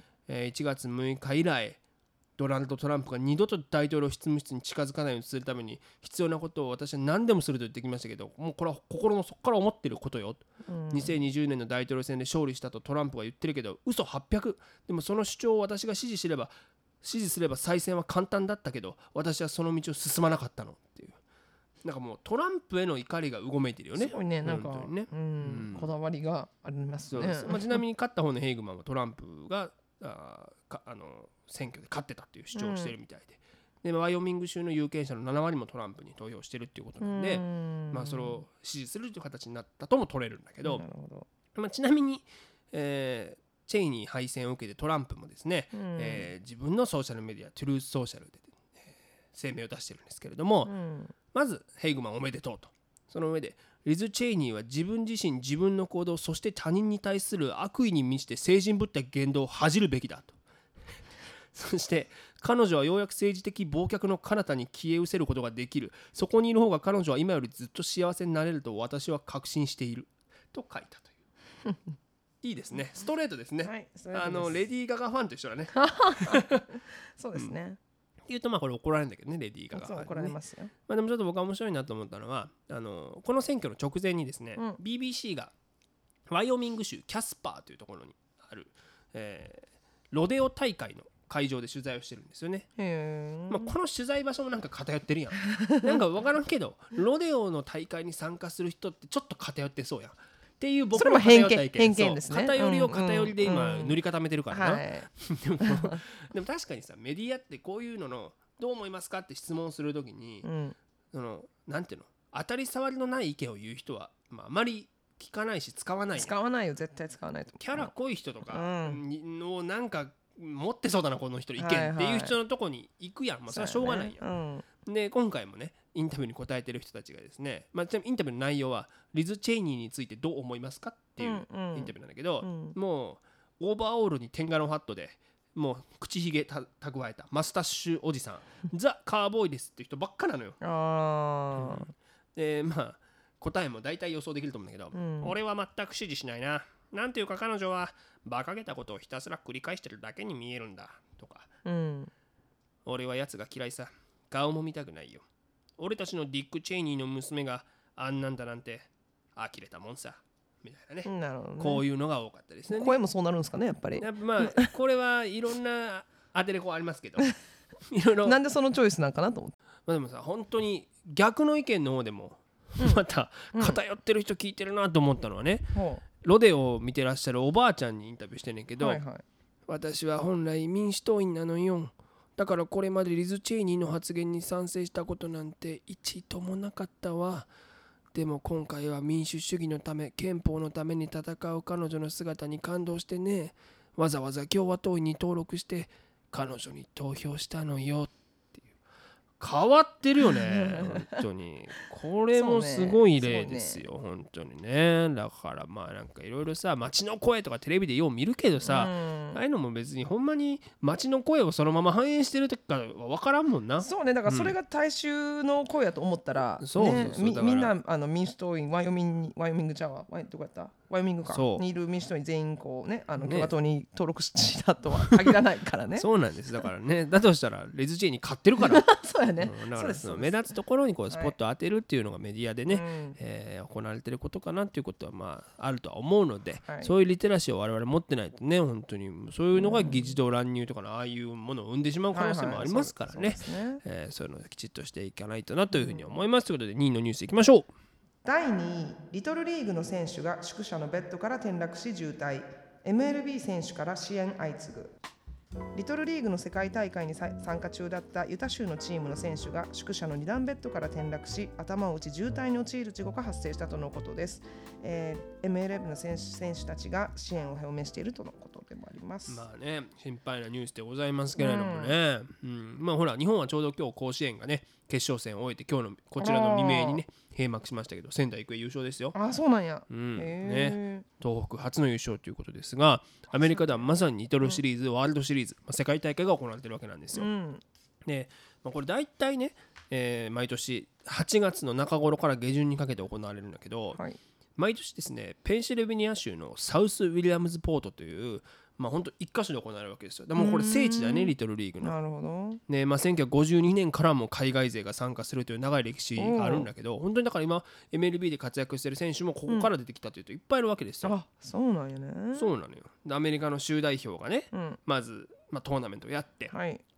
、1月6日以来ドナルド・トランプが二度と大統領執務室に近づかないようにするために必要なことを私は何でもすると言ってきましたけど、もうこれは心の底から思ってることよ、2020年の大統領選で勝利したとトランプは言ってるけど嘘800。でもその主張を私が支持すれば再選は簡単だったけど私はその道を進まなかったのっていう。 なんかもうトランプへの怒りがうごめいてるよね。 すごいね、なんか、ね、こだわりがありますね。 まあ、ちなみに勝った方のヘイグマンはトランプが選挙で勝ってたっていう主張をしてるみたいで、ワイオミング州の有権者の7割もトランプに投票してるっていうことなんで、まあ、それを支持するという形になったとも取れるんだけど、まあ、ちなみに、チェイニー敗戦を受けてトランプもですね、自分のソーシャルメディアトゥルースソーシャルで、声明を出してるんですけれども、まずヘイグマンおめでとうと。その上でリズ・チェイニーは自分自身自分の行動そして他人に対する悪意に満ちて聖人ぶった言動を恥じるべきだとそして彼女はようやく政治的忘却の彼方に消え失せることができる。そこにいる方が彼女は今よりずっと幸せになれると私は確信していると書いたといういいですね、ストレートですね、はい、レディー・ガガファンと一緒だねそうですね、 言うとまあこれ怒られるんだけどね、レディー・ガガファン、ね、 怒られますよ。 まあ、でもちょっと僕は面白いなと思ったのはこの選挙の直前にですね、BBC がワイオミング州キャスパーというところにある、ロデオ大会の会場で取材をしてるんですよね。まあ、この取材場所もなんか偏ってるやんなんか分からんけどロデオの大会に参加する人ってちょっと偏ってそうやんっていう僕の偏見ですね。偏りを偏りで今塗り固めてるからな、でも確かにさ、メディアってこういうののどう思いますかって質問するときに、なんていうの、当たり障りのない意見を言う人は、まあ、あまり聞かないし使わないよ、絶対使わないと思う。 キャラ濃い人とかのなんか持ってそうだなこの人意見っていう人のとこに行くやん、まあ、それはしょうがないやん、で今回もねインタビューに答えてる人たちがですね、まあ、インタビューの内容はリズ・チェイニーについてどう思いますかっていうインタビューなんだけど、もうオーバーオールにテンガロンハットでもう口ひげ蓄えたマスタッシュおじさんザ・カーボーイですっていう人ばっかなのよ。でまあ答えも大体予想できると思うんだけど、俺は全く支持しないな。なんていうか彼女は馬鹿げたことをひたすら繰り返してるだけに見えるんだとか、俺はやつが嫌いさ、顔も見たくないよ。俺たちのディック・チェイニーの娘があんなんだなんて呆れたもんさみたいなね。なるほどね。こういうのが多かったですね。 声もそうなるんですかね、やっぱり。 まあこれはいろんな当てれこありますけどいろいろなんでそのチョイスなんかなと思って。 まあ、でもさ本当に逆の意見の方でもまた偏ってる人聞いてるなと思ったのはね、ロデオを見てらっしゃるおばあちゃんにインタビューしてんねんけど、私は本来民主党員なのよ。だからこれまでリズ・チェイニーの発言に賛成したことなんて一度もなかったわ。でも今回は民主主義のため憲法のために戦う彼女の姿に感動してね、わざわざ共和党員に登録して彼女に投票したのよっていう。変わってるよね本当に。これもすごい例ですよ、本当にね。だからまあなんかいろいろさ、街の声とかテレビでよう見るけどさ、ああいうのも別にほんまに街の声をそのまま反映してるとかは分からんもんな。 そうね、だからそれが大衆の声だと思ったら、みんな民主党員ワイオミングちゃうわ、どこやったワイオミングかにいる民主党員全員こうね、共和党に登録したとは限らないからねそうなんです。だからね、だとしたらレズ・チェイに勝ってるからそうやね、 だからその目立つところにこうスポットを当てるっていうのがメディアでね、行われてることかなっていうことはまああるとは思うので、そういうリテラシーを我々持ってないとね、本当にそういうのが議事堂乱入とかのああいうものを生んでしまう可能性もありますからね、そういうのをきちっとしていかないとなというふうに思います。ということで2位のニュースいきましょう。 第2位、リトルリーグの選手が宿舎のベッドから転落し重体。 MLB 選手から支援相次ぐ。リトルリーグの世界大会に参加中だったユタ州のチームの選手が宿舎の2段ベッドから転落し、頭を打ち重体に陥る事故が発生したとのことです。MLB の選手たちが支援を表明しているとのことでもあります。 まあね、心配なニュースでございますけれどもね、まあほら日本はちょうど今日甲子園がね決勝戦を終えて今日のこちらの未明にね閉幕しましたけど、仙台育英優勝ですよ。 あ、そうなんや、 ね、東北初の優勝ということですが、アメリカではまさにリトルシリーズ、ワールドシリーズ、世界大会が行われているわけなんですよ。で、これ大体ね、毎年8月の中頃から下旬にかけて行われるんだけど、毎年ですねペンシルベニア州のサウスウィリアムズポートという本当一箇所で行われるわけですよ。でもこれ聖地だね、リトルリーグの。 なるほど。 ね、1952年からも海外勢が参加するという長い歴史があるんだけど、本当にだから今 MLB で活躍してる選手もここから出てきたというといっぱいいるわけですよ。 あ、そうなんやね。 そうなのよ。アメリカの州代表がね、まず、トーナメントをやって、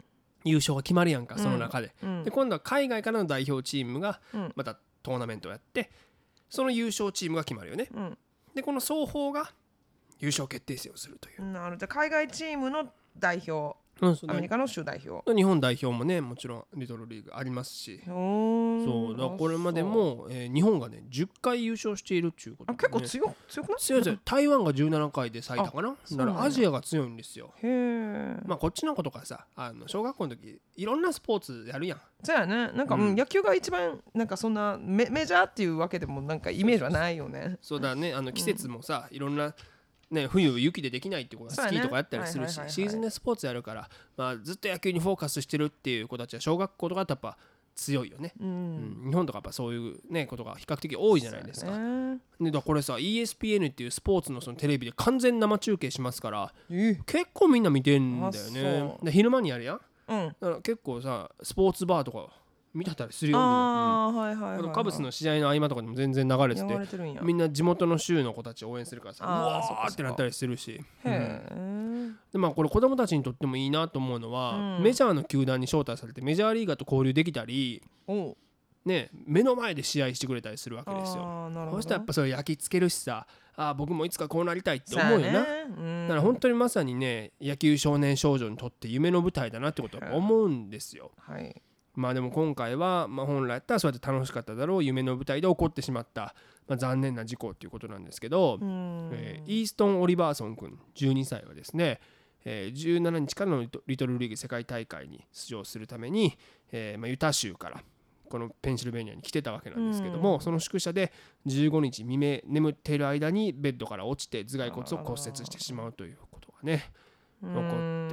優勝が決まるやんか、その中で。で今度は海外からの代表チームがまたトーナメントをやって、その優勝チームが決まるよね。でこの双方が優勝決定戦をするという。 なるほど。海外チームの代表、アメリカの州代表、 日本代表もねもちろんリトルリーグありますし、そうだからこれまでも、日本がね10回優勝しているっていうこと、ね、 結構強くない？ 強い。台湾が17回で最多かな。だからアジアが強いんですよ。まあこっちの子とかさ、小学校の時いろんなスポーツやるやん。 そうやね。なんか、野球が一番なんかそんなメジャーっていうわけでもなんかイメージはないよね。 そうだね。季節もさ、いろんなね、冬雪でできないってことはスキーとかやったりするし、シーズンでスポーツやるから、まあ、ずっと野球にフォーカスしてるっていう子たちは小学校とかだとやっぱ強いよね。日本とかやっぱそういう、ね、ことが比較的多いじゃないですか。でだこれさ ESPN っていうスポーツのそのテレビで完全生中継しますから、結構みんな見てんだよね。で昼間にやるやん。だから結構さスポーツバーとか見たりするよ。カブスの試合の合間とかでも全然流れてて、みんな地元の州の子たちを応援するからさ、うわーってなったりするし、でまあこれ子供たちにとってもいいなと思うのは、メジャーの球団に招待されてメジャーリーガーと交流できたり、ね、目の前で試合してくれたりするわけですよ。そしたらやっぱそれ焼き付けるしさ、僕もいつかこうなりたいって思うよな。だから本当にまさにね野球少年少女にとって夢の舞台だなってことは思うんですよ。まあでも今回は、本来やったらそうやって楽しかっただろう夢の舞台で起こってしまった、残念な事故っていうことなんですけど、イーストン・オリバーソン君12歳はですね、17日からのリトルリーグ世界大会に出場するために、ユタ州からこのペンシルベニアに来てたわけなんですけども、その宿舎で15日未明眠っている間にベッドから落ちて頭蓋骨を骨折してしまうということがね起こって、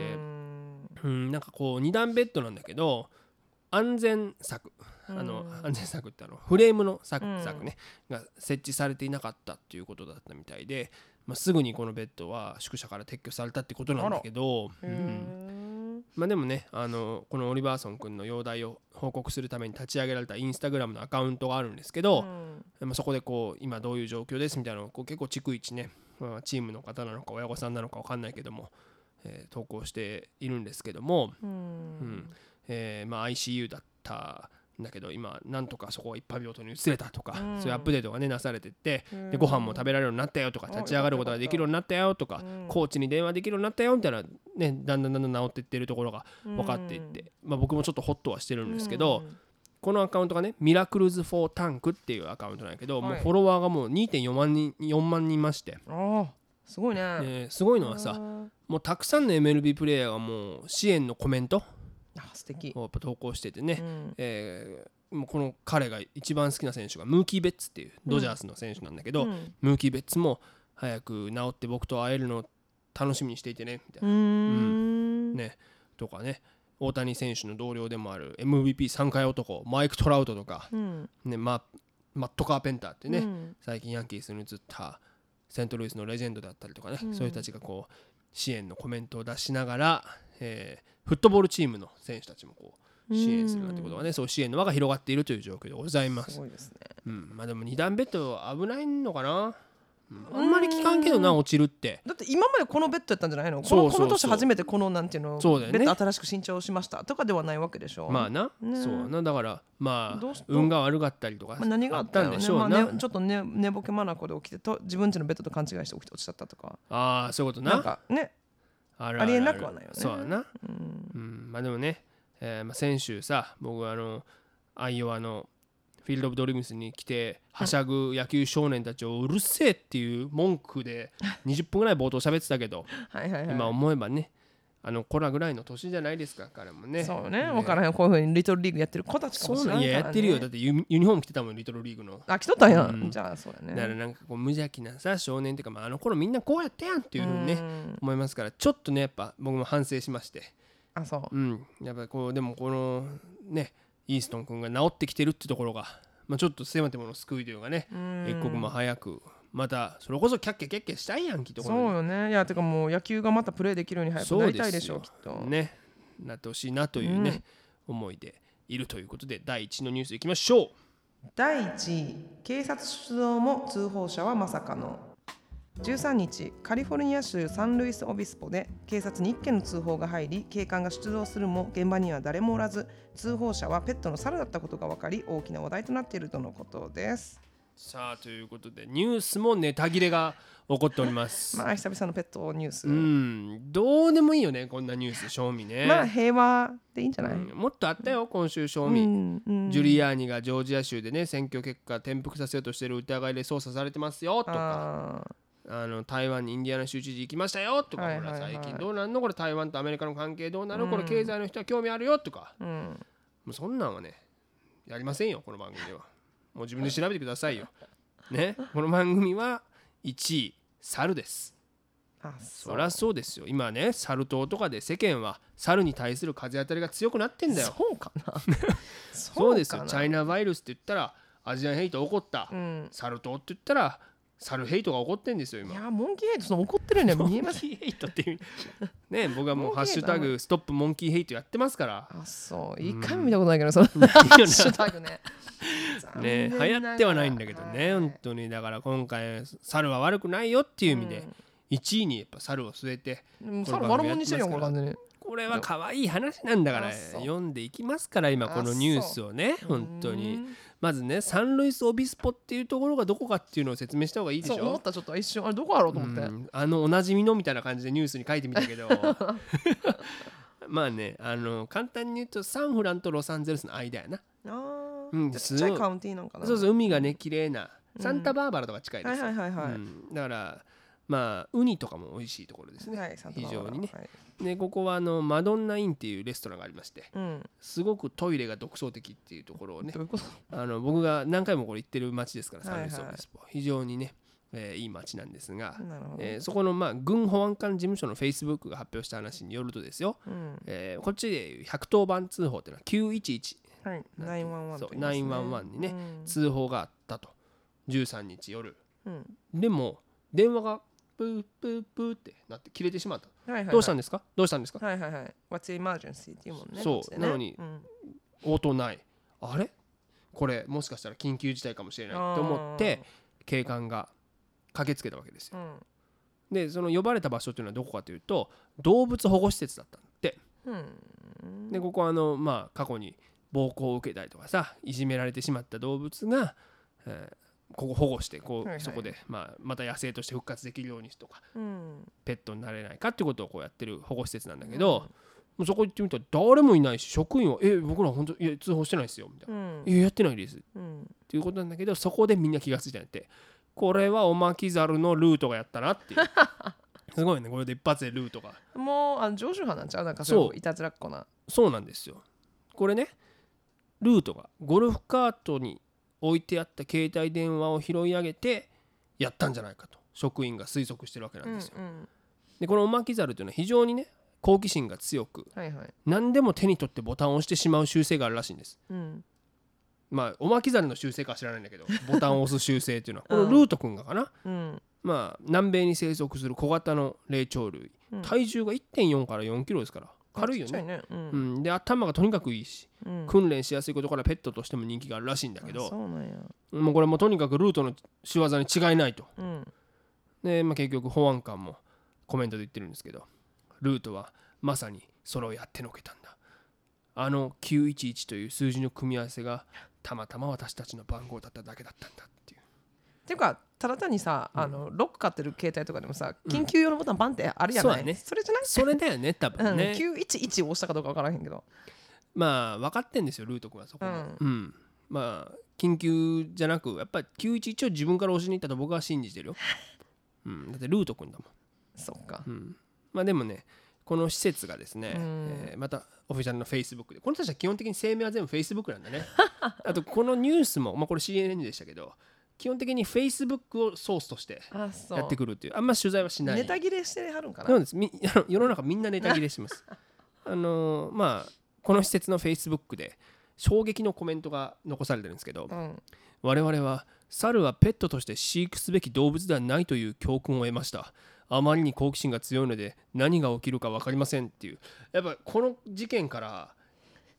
なんかこう2段ベッドなんだけど安全柵ってフレームの柵ねが設置されていなかったっていうことだったみたいで、すぐにこのベッドは宿舎から撤去されたってことなんだけど、でもねこのオリバーソン君の容体を報告するために立ち上げられたインスタグラムのアカウントがあるんですけど、そこでこう今どういう状況ですみたいなのを結構逐一ね、チームの方なのか親御さんなのか分かんないけども、投稿しているんですけども、ICU だったんだけど今なんとかそこを一般病棟に移れたとか、そういうアップデートがねなされてって、でご飯も食べられるようになったよとか、立ち上がることができるようになったよとか、コーチに電話できるようになったよみたいなね、だんだん治っていってるところが分かっていって、僕もちょっとホッとはしてるんですけど、このアカウントがねミラクルズ・フォー・タンクっていうアカウントなんやけど、もうフォロワーがもう 2.4 万人いまして、 すごいね。 すごいのはさ、もうたくさんの MLB プレイヤーがもう支援のコメント素敵をやっぱ投稿しててね、もうこの彼が一番好きな選手がムーキー・ベッツっていうドジャースの選手なんだけど、ムーキー・ベッツも早く治って僕と会えるのを楽しみにしていてねみたいな、ねとかね、大谷選手の同僚でもある MVP3 回男マイク・トラウトとか、マット・カーペンターってね、最近ヤンキースに移ったセントルイスのレジェンドだったりとかね、そういう人たちがこう支援のコメントを出しながら、フットボールチームの選手たちもこう支援するなんてことがね、そう支援の輪が広がっているという状況でございます。 すごいですね。 でも2段ベッド危ないのかな、あんまり聞かんけどな、落ちるって。 だって今までこのベッドやったんじゃないの？この年初めてこのなんていうの、ベッド新しく新調しましたとかではないわけでしょ。 そうな、だから運が悪かったりとか何があったんでしょうね。 ちょっと寝ぼけまなこで起きてと自分家のベッドと勘違いして起きて落ちちゃったとか。 そういうことな。 なんかね、ありえなくはないよね。 そうやな。でもね、先週さ、僕アイオワのフィールドオブドリームスに来てはしゃぐ野球少年たちをうるせえっていう文句で20分ぐらい冒頭喋ってたけど今思えばね、子らぐらいの年じゃないですか、彼もね。 そうね、分からへん、こういう風にリトルリーグやってる子たちかもしれないからね。 やってるよ、だってユニフォーム着てたもん、リトルリーグの。 着とったんや、じゃあそうやね。 だからなんかこう無邪気なさ少年っていうか、あの頃みんなこうやってやんっていう風にね思いますから、ちょっとねやっぱ僕も反省しまして、やっぱりこうでもこのねイーストン君が治ってきてるってところが、ちょっとせめてもの救いというかね、一刻も早くまたそれこそキャッケキャッケしたいやんきところ。 そうよね。いやてかもう野球がまたプレーできるように早くなりたいでしょう、きっとね、なってほしいなというね、思いでいるということで、第1のニュースいきましょう。 第1位、警察出動も通報者はまさかの。 13日、カリフォルニア州サンルイス・オビスポで警察に1件の通報が入り、警官が出動するも現場には誰もおらず、通報者はペットの猿だったことが分かり、大きな話題となっているとのことです。 さあということでニュースもネタ切れが起こっております。 まあ久々のペットニュース。 どうでもいいよねこんなニュース。賞味ね。 まあ平和でいいんじゃない？ もっとあったよ今週賞味。ジュリアーニがジョージア州でね選挙結果転覆させようとしている疑いで捜査されてますよとか。台湾にインディアナ州知事行きましたよとか、最近どうなんのこれ台湾とアメリカの関係どうなる、これ経済の人は興味あるよとか、もうそんなんはねやりませんよこの番組では。もう自分で調べてくださいよね。この番組は1位猿です。そりゃそうですよ。今ねサル痘とかで世間は猿に対する風当たりが強くなってんだよ。 そうかなそうですよ。チャイナバイルスって言ったらアジアンヘイト起こった、サル痘って言ったらサルヘイトが起こってんですよ今。 いやモンキーヘイトその起こってるね。見えます。 モンキーヘイトっていうね、僕はもうハッシュタグストップモンキーヘイトやってますから。 そう一回も見たことないけどそのハッシュタグねね流行ってはないんだけどね、本当に。だから今回猿は悪くないよっていう意味で1位にやっぱ猿を据えて、 猿悪者にしてるよこれ完全に。 これは可愛い話なんだから読んでいきますから今このニュースをね。本当にまずねサンルイス・オビスポっていうところがどこかっていうのを説明した方がいいでしょ。 そう思ったちょっと一瞬あれどこだろうと思って、 おなじみのみたいな感じでニュースに書いてみたけどまあね簡単に言うとサンフランとロサンゼルスの間やな。 ちっちゃいカウンティーなんかな。 そうそう海がね綺麗なサンタバーバラとか近いですよ。だからまあウニとかも美味しいところですね、非常にね。でここはマドンナインっていうレストランがありまして、すごくトイレが独創的っていうところをね僕が何回もこれ行ってる街ですから、サンルイス・オビスポ非常にねいい街なんですが、そこの軍保安官事務所のフェイスブックが発表した話によるとですよ、こっちで110番通報っていうのは911、911にね通報があったと。13日夜、でも電話がプープープーってなって切れてしまった。どうしたんですかどうしたんですか。 What's emergency っていうもんね。 そうなのに応答ない。あれこれもしかしたら緊急事態かもしれないと思って警官が駆けつけたわけですよ。でその呼ばれた場所っていうのはどこかというと動物保護施設だったんで、でここはまあ過去に暴行を受けたりとかさいじめられてしまった動物が、ここ保護してそこで、また野生として復活できるようにとか、ペットになれないかってことをこうやってる保護施設なんだけど、もうそこ行ってみたら誰もいないし職員は僕ら本当通報してないですよみたいな、やってないですっていうことなんだけど、そこでみんな気がついたんやって、これはオマキザルのルートがやったなっていうすごいねこれで一発でルートがもう常習犯なんちゃう。なんかそういたずらっこな。 そうなんですよ。これねルートがゴルフカートに置いてあった携帯電話を拾い上げてやったんじゃないかと職員が推測してるわけなんですよ。でこのオマキザルというのは非常にね好奇心が強く、何でも手に取ってボタンを押してしまう習性があるらしいんです。まあオマキザルの習性かは知らないんだけどボタンを押す習性っていうのはこのルートくんがかな、まあ南米に生息する小型の霊長類、体重が 1.4 から4キロですから軽いよね。で頭がとにかくいいし、訓練しやすいことからペットとしても人気があるらしいんだけど、もうこれもとにかくルートの仕業に違いないと。で、結局保安官もコメントで言ってるんですけど、ルートはまさにそれをやってのけたんだ。911という数字の組み合わせがたまたま私たちの番号だっただけだったんだっていう。 っていうかただ単にさ、ロック買ってる携帯とかでもさ、緊急用のボタンバンってあるやない、それじゃない？ それだよね多分ね。 911を押したかどうか分からへんけど、 まあ分かってんですよルート君はそこも。まあ緊急じゃなくやっぱり911を自分から押しに行ったと僕は信じてるよ。だってルート君だもん。 そっか。 まあでもねこの施設がですね、またオフィシャルの Facebook でこの人たちは基本的に声明は全部 Facebook なんだねあとこのニュースも、これ CNN でしたけど基本的に Facebook をソースとしてやってくるっていう、あんま取材はしない。 ネタ切れしてはるんかな。 そうです。世の中みんなネタ切れしてますこの施設の Facebook で衝撃のコメントが残されてるんですけど、我々は猿はペットとして飼育すべき動物ではないという教訓を得ました。あまりに好奇心が強いので何が起きるか分かりませんっていう。やっぱこの事件から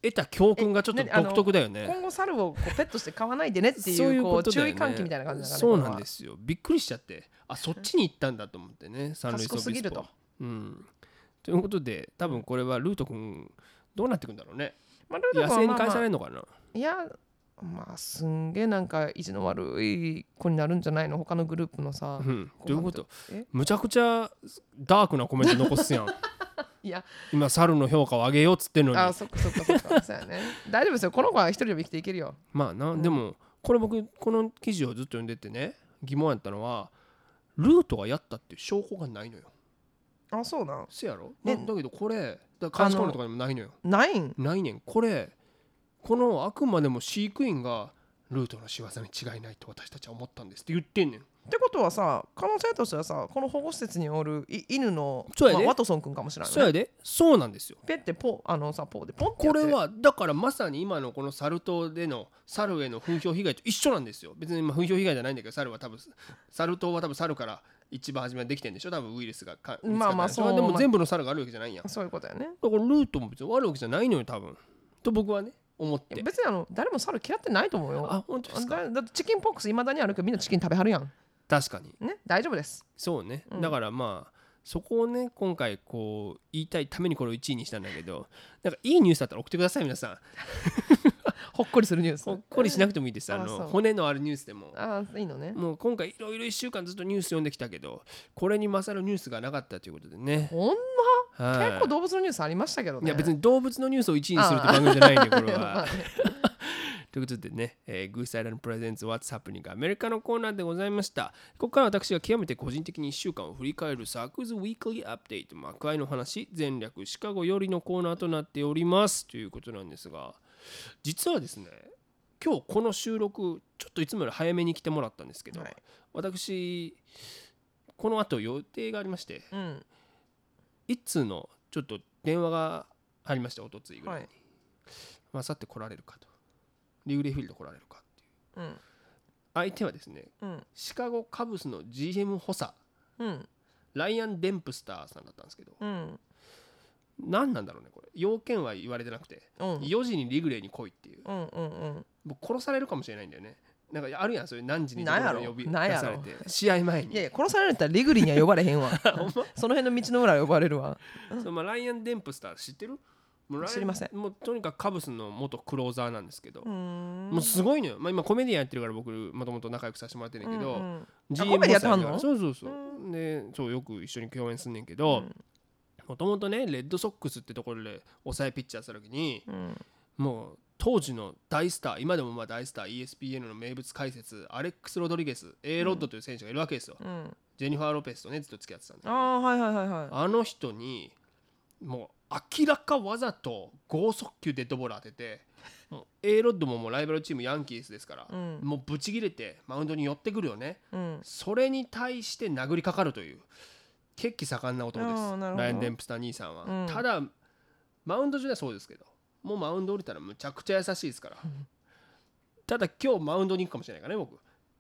得た教訓がちょっと独特だよね。 今後猿をこうペットして飼わないでねっていうこう注意喚起みたいな感じだからね。 そうなんですよ。びっくりしちゃって、そっちに行ったんだと思ってね。サンルイスオビスポ。 賢すぎると。 ということで多分これはルート君どうなってくんだろうね。 ルート君は野生に返されるのかな。 いやすんげえなんか意地の悪い子になるんじゃないの、他のグループのさ。 どういうこと？むちゃくちゃダークなコメント残すやん。いや今猿の評価を上げようっつってんのに。 そっかそうやね。大丈夫ですよ、この子は一人でも生きていけるよ。 まあな、でもこれ僕この記事をずっと読んでてね、疑問やったのはルートがやったっていう証拠がないのよ。 そうなん。 せやろ、だけどこれ監視カメラとかにもないのよ。 ないねん。このあくまでも飼育員がルートの仕業に違いないと私たちは思ったんですって言ってんねん。 ってことはさ、可能性としてはさ、この保護施設におる犬の、ワトソン君かもしれないね。 そうなんですよ。 ペッてポーでポンってこれはだからまさに今のこのサル痘での猿への風評被害と一緒なんですよ。別に風評被害じゃないんだけど、サル痘は多分猿から一番初めはできてるんでしょ、多分ウイルスがそうでも全部の猿があるわけじゃないやん。 そういうことやね。 だからルートも別に悪いわけじゃないのよ多分と僕はね思って。 別に誰も猿嫌ってないと思うよ。 本当ですか。 だってチキンポックスいまだにあるけどみんなチキン食べはるやん。 確かにね、大丈夫です。 そうね、だからまあそこをね今回こう言いたいためにこれを1位にしたんだけど、なんかいいニュースだったら送ってください皆さん。 ほっこりするニュース。 ほっこりしなくてもいいです。骨のあるニュースでも。 いいのね。 もう今回いろいろ1週間ずっとニュース読んできたけど、これに勝るニュースがなかったということでね。 ほんま、結構動物のニュースありましたけどね。 いや別に動物のニュースを1位にするって番組じゃないんでこれは。ということでね、グースアイランドプレゼンツ What's Happening アメリカのコーナーでございました。ここから私が極めて個人的に1週間を振り返るサクズウィークリーアップデート、幕開の話、前略シカゴよりのコーナーとなっておりますということなんですが、実はですね今日この収録ちょっといつもより早めに来てもらったんですけど、私この後予定がありまして、一通のちょっと電話がありました。おとついぐらいに、あさって来られるかと、リグレーフィールド来られるかっていう、相手はですね、シカゴカブスの GM 補佐、ライアン・デンプスターさんだったんですけど、何なんだろうねこれ、要件は言われてなくて、4時にリグレーに来いっていう、もう殺されるかもしれないんだよね。なんかあるやん、そういう何時に呼び出されて試合前に。 いや殺されるんだったらリグリーには呼ばれへんわ。その辺の道の裏は呼ばれるわ。 ライアン・デンプスター知ってる？ 知りません。 もうとにかくカブスの元クローザーなんですけど、もうすごいのよ。今コメディアンやってるから僕もともと仲良くさせてもらってるんだけど、 コメディやってはんの？ そうでよく一緒に共演すんねんけど、もともとねレッドソックスってところで抑えピッチャーした時に、もう当時の大スター、今でも大スター ESPN の名物解説アレックス・ロドリゲス A ロッドという選手がいるわけですよ、ジェニファー・ロペスとねずっと付き合ってたんで、あの人にもう明らかわざと剛速球デッドボール当てて、もう A ロッドもライバルチームヤンキースですから、もうブチギレてマウンドに寄ってくるよね、それに対して殴りかかるという血気盛んな男です、ライアン・デンプスター兄さんは、ただマウンド上ではそうですけど、もうマウンド降りたらむちゃくちゃ優しいですから、ただ今日マウンドに行くかもしれないからね僕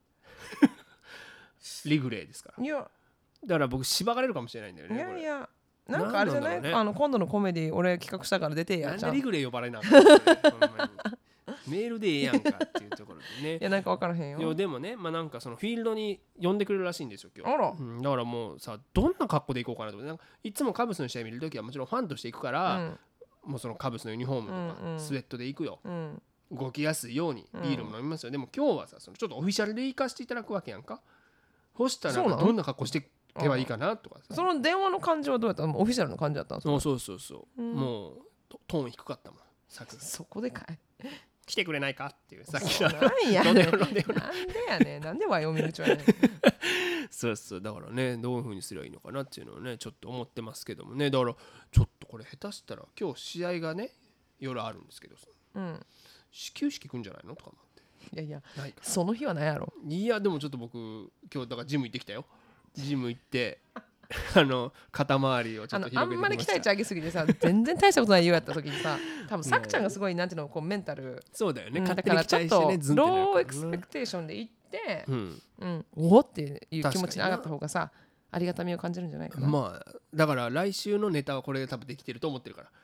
リグレーですから。いやだから僕しばかれるかもしれないんだよね。 いやなんかあれじゃない、今度のコメディ俺企画したから出てや。 なんでリグレー呼ばれなかったのメールでええやんかっていうところでね。 いやなんか分からへんよ。 いやでもね、なんかそのフィールドに呼んでくれるらしいんですよ今日。だからもうさ、どんな格好で行こうかなと思って、なんかいつもカブスの試合見るときはもちろんファンとして行くから、もうそのカブスのユニフォームとかスウェットで行くよ、動きやすいようにビールも飲みますよ、でも今日はさそのちょっとオフィシャルで行かせていただくわけやんか。そしたらどんな格好していけばいいかなとかさ。 その電話の感じはどうやったの？オフィシャルの感じだったんですか？ そう、もうトーン低かったもん。 そこでかい来てくれないかっていうさっきのなんやねんなんでワイオミングちゃうやねんそうだからね、どういう風にすればいいのかなっていうのをねちょっと思ってますけどもね。だからちょっとこれ下手したら今日試合がね夜あるんですけど、始球式来んじゃないのとか思って。 いやその日はないやろ。 いやでもちょっと僕今日だからジム行ってきたよ。ジム行って肩周りをちょっと広げてきました。 あんまり期待値上げすぎてさ全然大したことないようやった時にさ、多分さくちゃんがすごいなんていうのこうメンタル、 そうだよね、 だからちょっとローエクスペクテーションで行って、おおっていう気持ちに上がった方がさありがたみを感じるんじゃないかな。 だから来週のネタはこれで多分できてると思ってるから。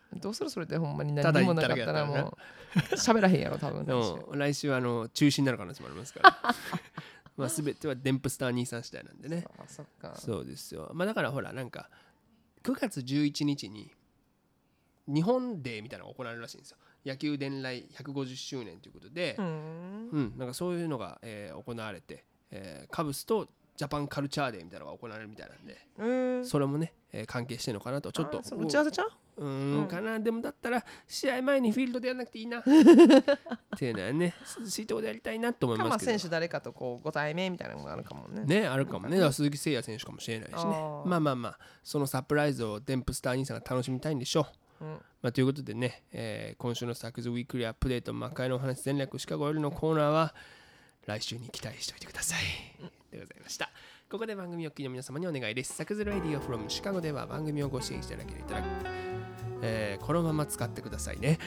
どうするそれでほんまに何もなかったらもう喋らへんやろ多分。 来週は中止になる可能性もありますからまあ全てはデンプスター兄さん次第なんでね。 そっか。 そうですよ。まあだからほらなんか9月11日に日本デーみたいなのが行われるらしいんですよ。野球伝来150周年ということで、なんかそういうのが、行われて、カブスとジャパンカルチャーデーみたいなのが行われるみたいなんで、それもね、関係してるのかなとちょっと打ち合わせちゃうかな。でもだったら試合前にフィールドでやらなくていいなっていうのはね、涼しいところでやりたいなと思いますけど、 選手誰かとこうご対面みたいなのもあるかもね。 ね、あるかもね。だから鈴木誠也選手かもしれないしね。まあそのサプライズをデンプスター兄さんが楽しみたいんでしょう。ということでね、今週のサクズウィークリーアップデート魔界のお話全略シカゴよりのコーナーは来週に期待しておいてくださいでございました。ここで番組お聞きの皆様にお願いです。サクズラディオフロムシカゴでは番組をご支援していただけたら、このまま使ってくださいね、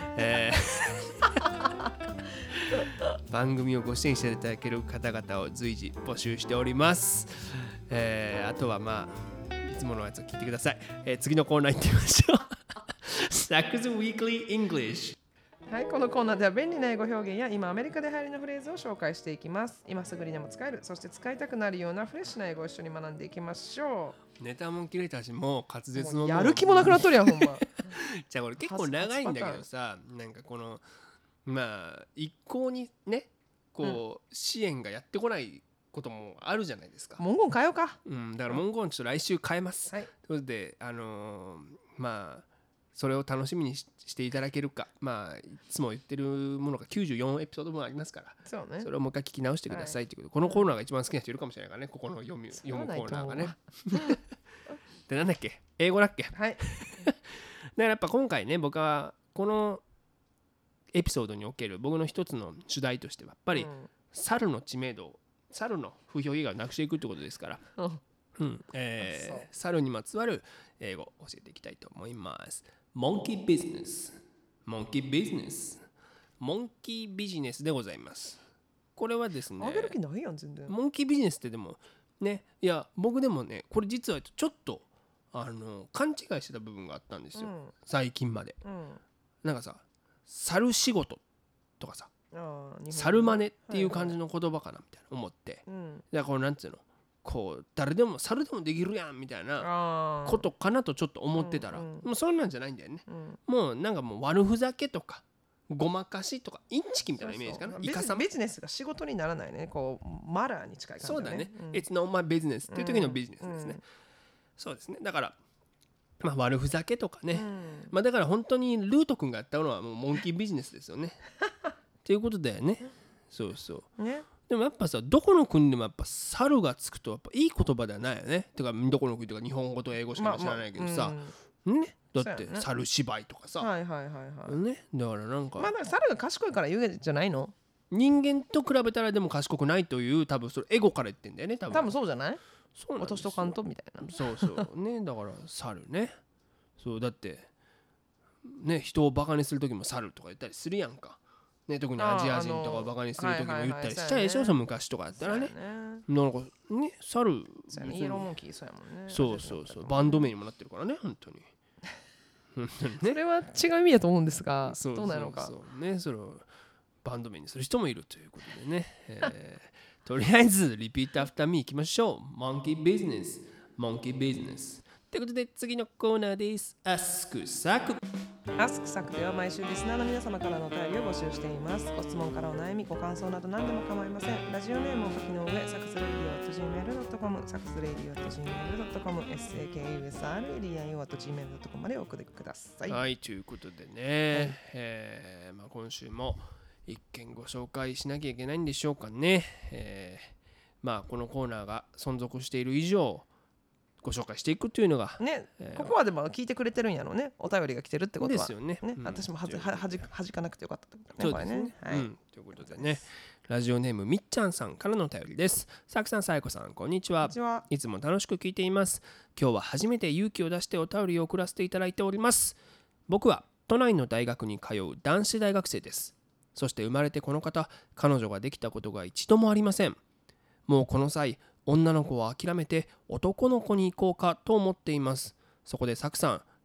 番組をご支援していただける方々を随時募集しております。あとはまあいつものやつを聞いてください。次のコーナー行ってみましょうサクズウィークリーイングリッシュ。 はい、このコーナーでは便利な英語表現や今アメリカで流行りのフレーズを紹介していきます。今すぐにでも使える、そして使いたくなるようなフレッシュな英語を一緒に学んでいきましょう。ネタも切れたし、もう滑舌もやる気もなくなっとるやんほんまじゃあこれ結構長いんだけどさ、なんかこのまあ一向にねこう、支援がやってこないこともあるじゃないですか。 文言変えようか。 だから文言ちょっと来週変えます。 はい、 ということでまあそれを楽しみにしていただけるか、まあいつも言ってるものが94エピソード分ありますから、 そうね、 それをもう一回聞き直してくださいということで、このコーナーが一番好きな人いるかもしれないからね、ここの読むコーナーがねでなんだっけ、英語だっけ。 はいだからやっぱ今回ね、僕はこのエピソードにおける僕の一つの主題としてはやっぱり猿の知名度、猿の風評被害をなくしていくってことですから、猿にまつわる英語を教えていきたいと思います。モンキービジネス、モンキービジネス、モンキービジネスでございます。これはですね、 あげる気ないやん全然。 モンキービジネスってでもね、いや僕でもね、これ実はちょっと勘違いしてた部分があったんですよ、最近まで、なんかさ、猿仕事とかさ、猿真似っていう感じの言葉かなみたいな思って、だからこれなんていうの、こう誰でも猿でもできるやんみたいなことかなとちょっと思ってたら、もうそんなんじゃないんだよね、もうなんかもう悪ふざけとかごまかしとかインチキみたいなイメージかな。 ビジネスが仕事にならないね、こうマナーに近い感じだね。 そうだね、It's not my business っていう時のビジネスですね、そうですね。だからまあ悪ふざけとかね、まあだから本当にルート君がやったのはもうモンキービジネスですよねっていうことだよね。そうそうね。でもやっぱさ、どこの国でもやっぱ猿がつくとやっぱいい言葉ではないよね。てかどこの国とか日本語と英語しか知らないけどさ、ね、だって猿芝居とかさ、ね、だからなんかまあ猿が賢いから言うんじゃないの。 人間と比べたらでも賢くないという多分それエゴから言ってんだよね。多分そうじゃない。そうなんですよ。落としとかんとみたいな。 そうそうね。だから猿ね、そうだってね、人をバカにする時も猿とか言ったりするやんか。ね、特にアジア人とかをバカにする時も言ったりしたでしょ、昔とかやったらね。なんかね、猿、 イエローモンキーそうやもんね。 そうそうそう、バンド名にもなってるからね、本当に。 それは違う意味だと思うんですが、どうなのか。 そうね、それをバンド名にする人もいるということでね。とりあえずリピートアフターミーいきましょう。モンキービジネス、モンキービジネス。ということで次のコーナーです。アスクサク。 アスクサクでは毎週リスナーの皆様からのお便りを募集しています。ご質問からお悩み、ご感想など何でも構いません。ラジオネームを書きの上、サクスレイディオ .gmail.com、サクスレイディオ .gmail.com、sakusradio.gmail.com までお送りください。 はい、ということでね、まあ、今週も一件ご紹介しなきゃいけないんでしょうかね。まあこのコーナーが存続している以上ご紹介していくというのがね、ここはでも聞いてくれてるんやろうね。お便りが来てるってことはですよね。 私もはじかなくてよかったってことね。そうですね。ということでね、ラジオネームみっちゃんさんからのお便りです。さくさん、さやこさん、こんにちは。いつも楽しく聞いています。今日は初めて勇気を出してお便りを送らせていただいております。僕は都内の大学に通う男子大学生です。そして生まれてこの方、彼女ができたことが一度もありません。もうこの際女の子を諦めて男の子に行こうかと思っています。そこでサクさん、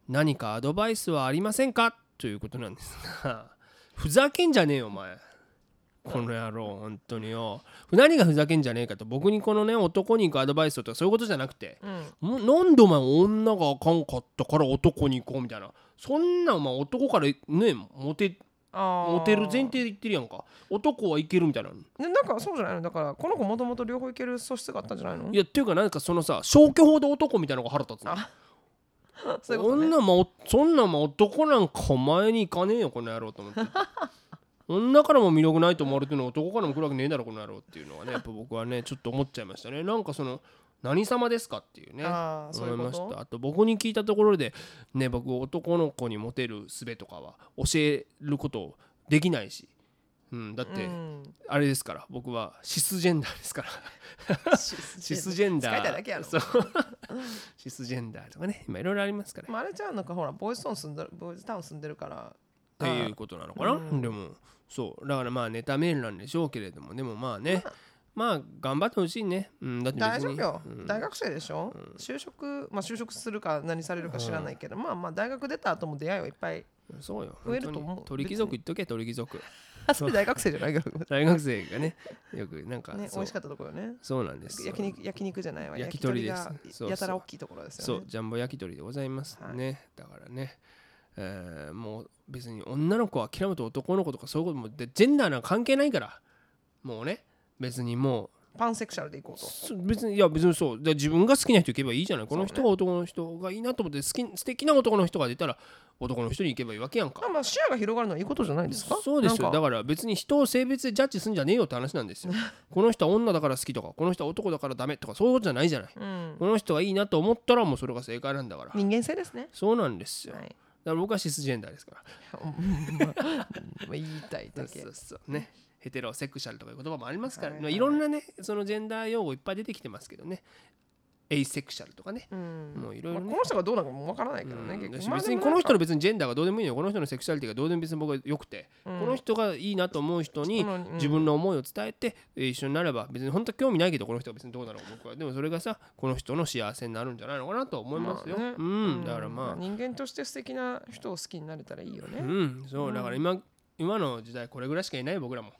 何かアドバイスはありませんかということなんですがふざけんじゃねえよお前この野郎本当によ。何がふざけんじゃねえかと、僕にこのね男に行くアドバイスとかそういうことじゃなくて、なんでお前女があかんかったから男に行こうみたいな、そんなお前男からねモテる前提で言ってるやんか。男はいけるみたいな。 なんかそうじゃないの。だからこの子もともと両方いける素質があったんじゃないの。 いやっていうかなんかそのさ消去法で男みたいなのが腹立つの。 そういうことね。 そんな男なんかお前に行かねえよこの野郎と思って女からも魅力ないと思われてるの男からも来るわけねえだろこの野郎っていうのはねやっぱ僕はねちょっと思っちゃいましたね。なんかその何様ですかっていうね思いました。あと僕に聞いたところでね、僕男の子にモテる術とかは教えることできないし、だってあれですから、僕はシスジェンダーですからシスジェンダー、 使いたいだけやろ。 シスジェンダーとかね、今いろいろありますから、 あれちゃうのか、ほらボーイズタウン住んでるからっていうことなのかな。でもそうだからまあネタメールなんでしょうけれども、でもまあね、まあ頑張ってほしいね。だって大丈夫よ、大学生でしょ、就職するか何されるか知らないけど、まあ大学出た後も出会いはいっぱい増えると思う。 鳥貴族言っとけ、鳥貴族。 それ大学生じゃないけど大学生がねよくなんかね、美味しかったところね。 そうなんです。 焼肉じゃないわ、 焼き鳥です。 やたら大きいところですよね。 そうジャンボ焼き鳥でございますね。だからね、もう別に女の子は諦めて男の子とかそういうこともでジェンダーなんか関係ないから、もうね別にもうパンセクシャルでいこうと。 別にそうで、自分が好きな人行けばいいじゃない。この人が男の人がいいなと思って素敵な男の人が出たら男の人に行けばいいわけやんか。 まあ視野が広がるのはいいことじゃないですか。 そうですよ。だから別に人を性別でジャッジするんじゃねえよって話なんですよこの人は女だから好きとか、この人は男だからダメとかそういうことじゃないじゃない、この人がいいなと思ったらもうそれが正解なんだから。 人間性ですね。 そうなんですよ、だから僕はシスジェンダーですから言いたいだけ。 そうね、ヘテロセクシャルとかいう言葉もありますから、いろんなねそのジェンダー用語いっぱい出てきてますけどね、エイセクシャルとかね、もういろいろね、 この人がどうなのかもわからないけどね、 別にこの人の別にジェンダーがどうでもいいのよ。この人のセクシャリティがどうでも別に僕はよくて、この人がいいなと思う人に自分の思いを伝えて一緒になれば、別に本当は興味ないけどこの人が別にどうだろう僕は、でもそれがさこの人の幸せになるんじゃないのかなと思いますよ。だからまあ人間として素敵な人を好きになれたらいいよね。 そうだから今の時代これぐらいしかいない僕らも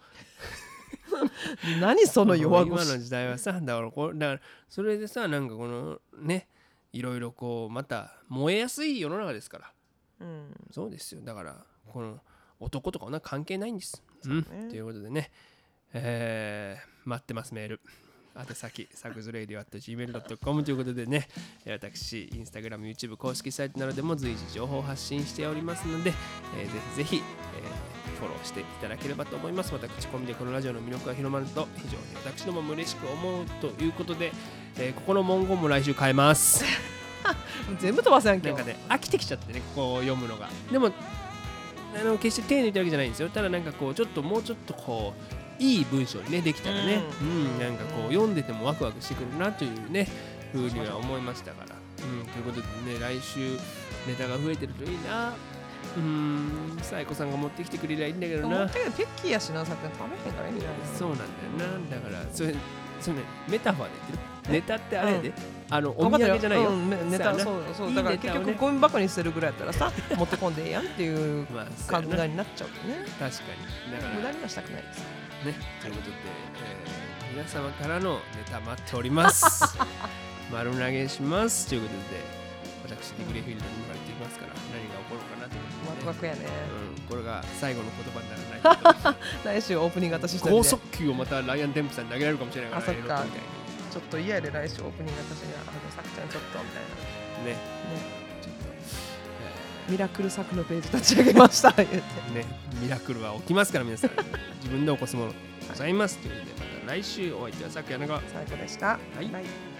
何その弱腰。 今の時代はさ、だからそれでさ、なんかこのねいろいろこうまた燃えやすい世の中ですから、そうですよ。だからこの男とかは関係ないんです。ということでね、待ってますメール。宛先サクズレイディオ@gmail.com ということでね、私インスタグラム YouTube 公式サイトなどでも随時情報を発信しておりますので、ぜひぜひ、フォローしていただければと思います。また口コミでこのラジオの魅力が広まると非常に私ども嬉しく思うということで、ここの文言も来週変えます全部飛ばせんけどなんかね飽きてきちゃってね、ここを読むのが。でも決して丁寧に言ったわけじゃないんですよ。ただなんかこうちょっともうちょっとこういい文章にねできたらね、なんかこう読んでてもワクワクしてくるなというね風には思いましたから、ということでね、来週ネタが増えてるといいな。サイコさんが持ってきてくれりゃいいんだけどな。 ペッキーやしな、さっき食べへんからいいんじゃない。 そうなんだよな。だからそれねメタファーで言ってる。ネタってあれで、お土産じゃないよ。 ネタそうだから結局ゴミ箱に捨てるぐらいやったらさ持ってこんでええやんっていう考えになっちゃうとね。 確かに。だから無駄にはしたくないですね。ということで、皆様からのネタ待っております丸投げしますということで、私ディグレフィールドに向かっていきますから、何が起こるかなということで、 ワクワクやね。 これが最後の言葉にならない来週オープニング私一人で高速球をまたライアン・テンプさんに投げられるかもしれないから、 そっかちょっと嫌で来週オープニング私がさくちゃんちょっとみたいなねちょっと、ミラクル作のページ立ち上げました言ってね、 ミラクルは起きますから皆さん自分で起こすものございますということで、また来週お会いいたいさくやなが最高でした。 はい。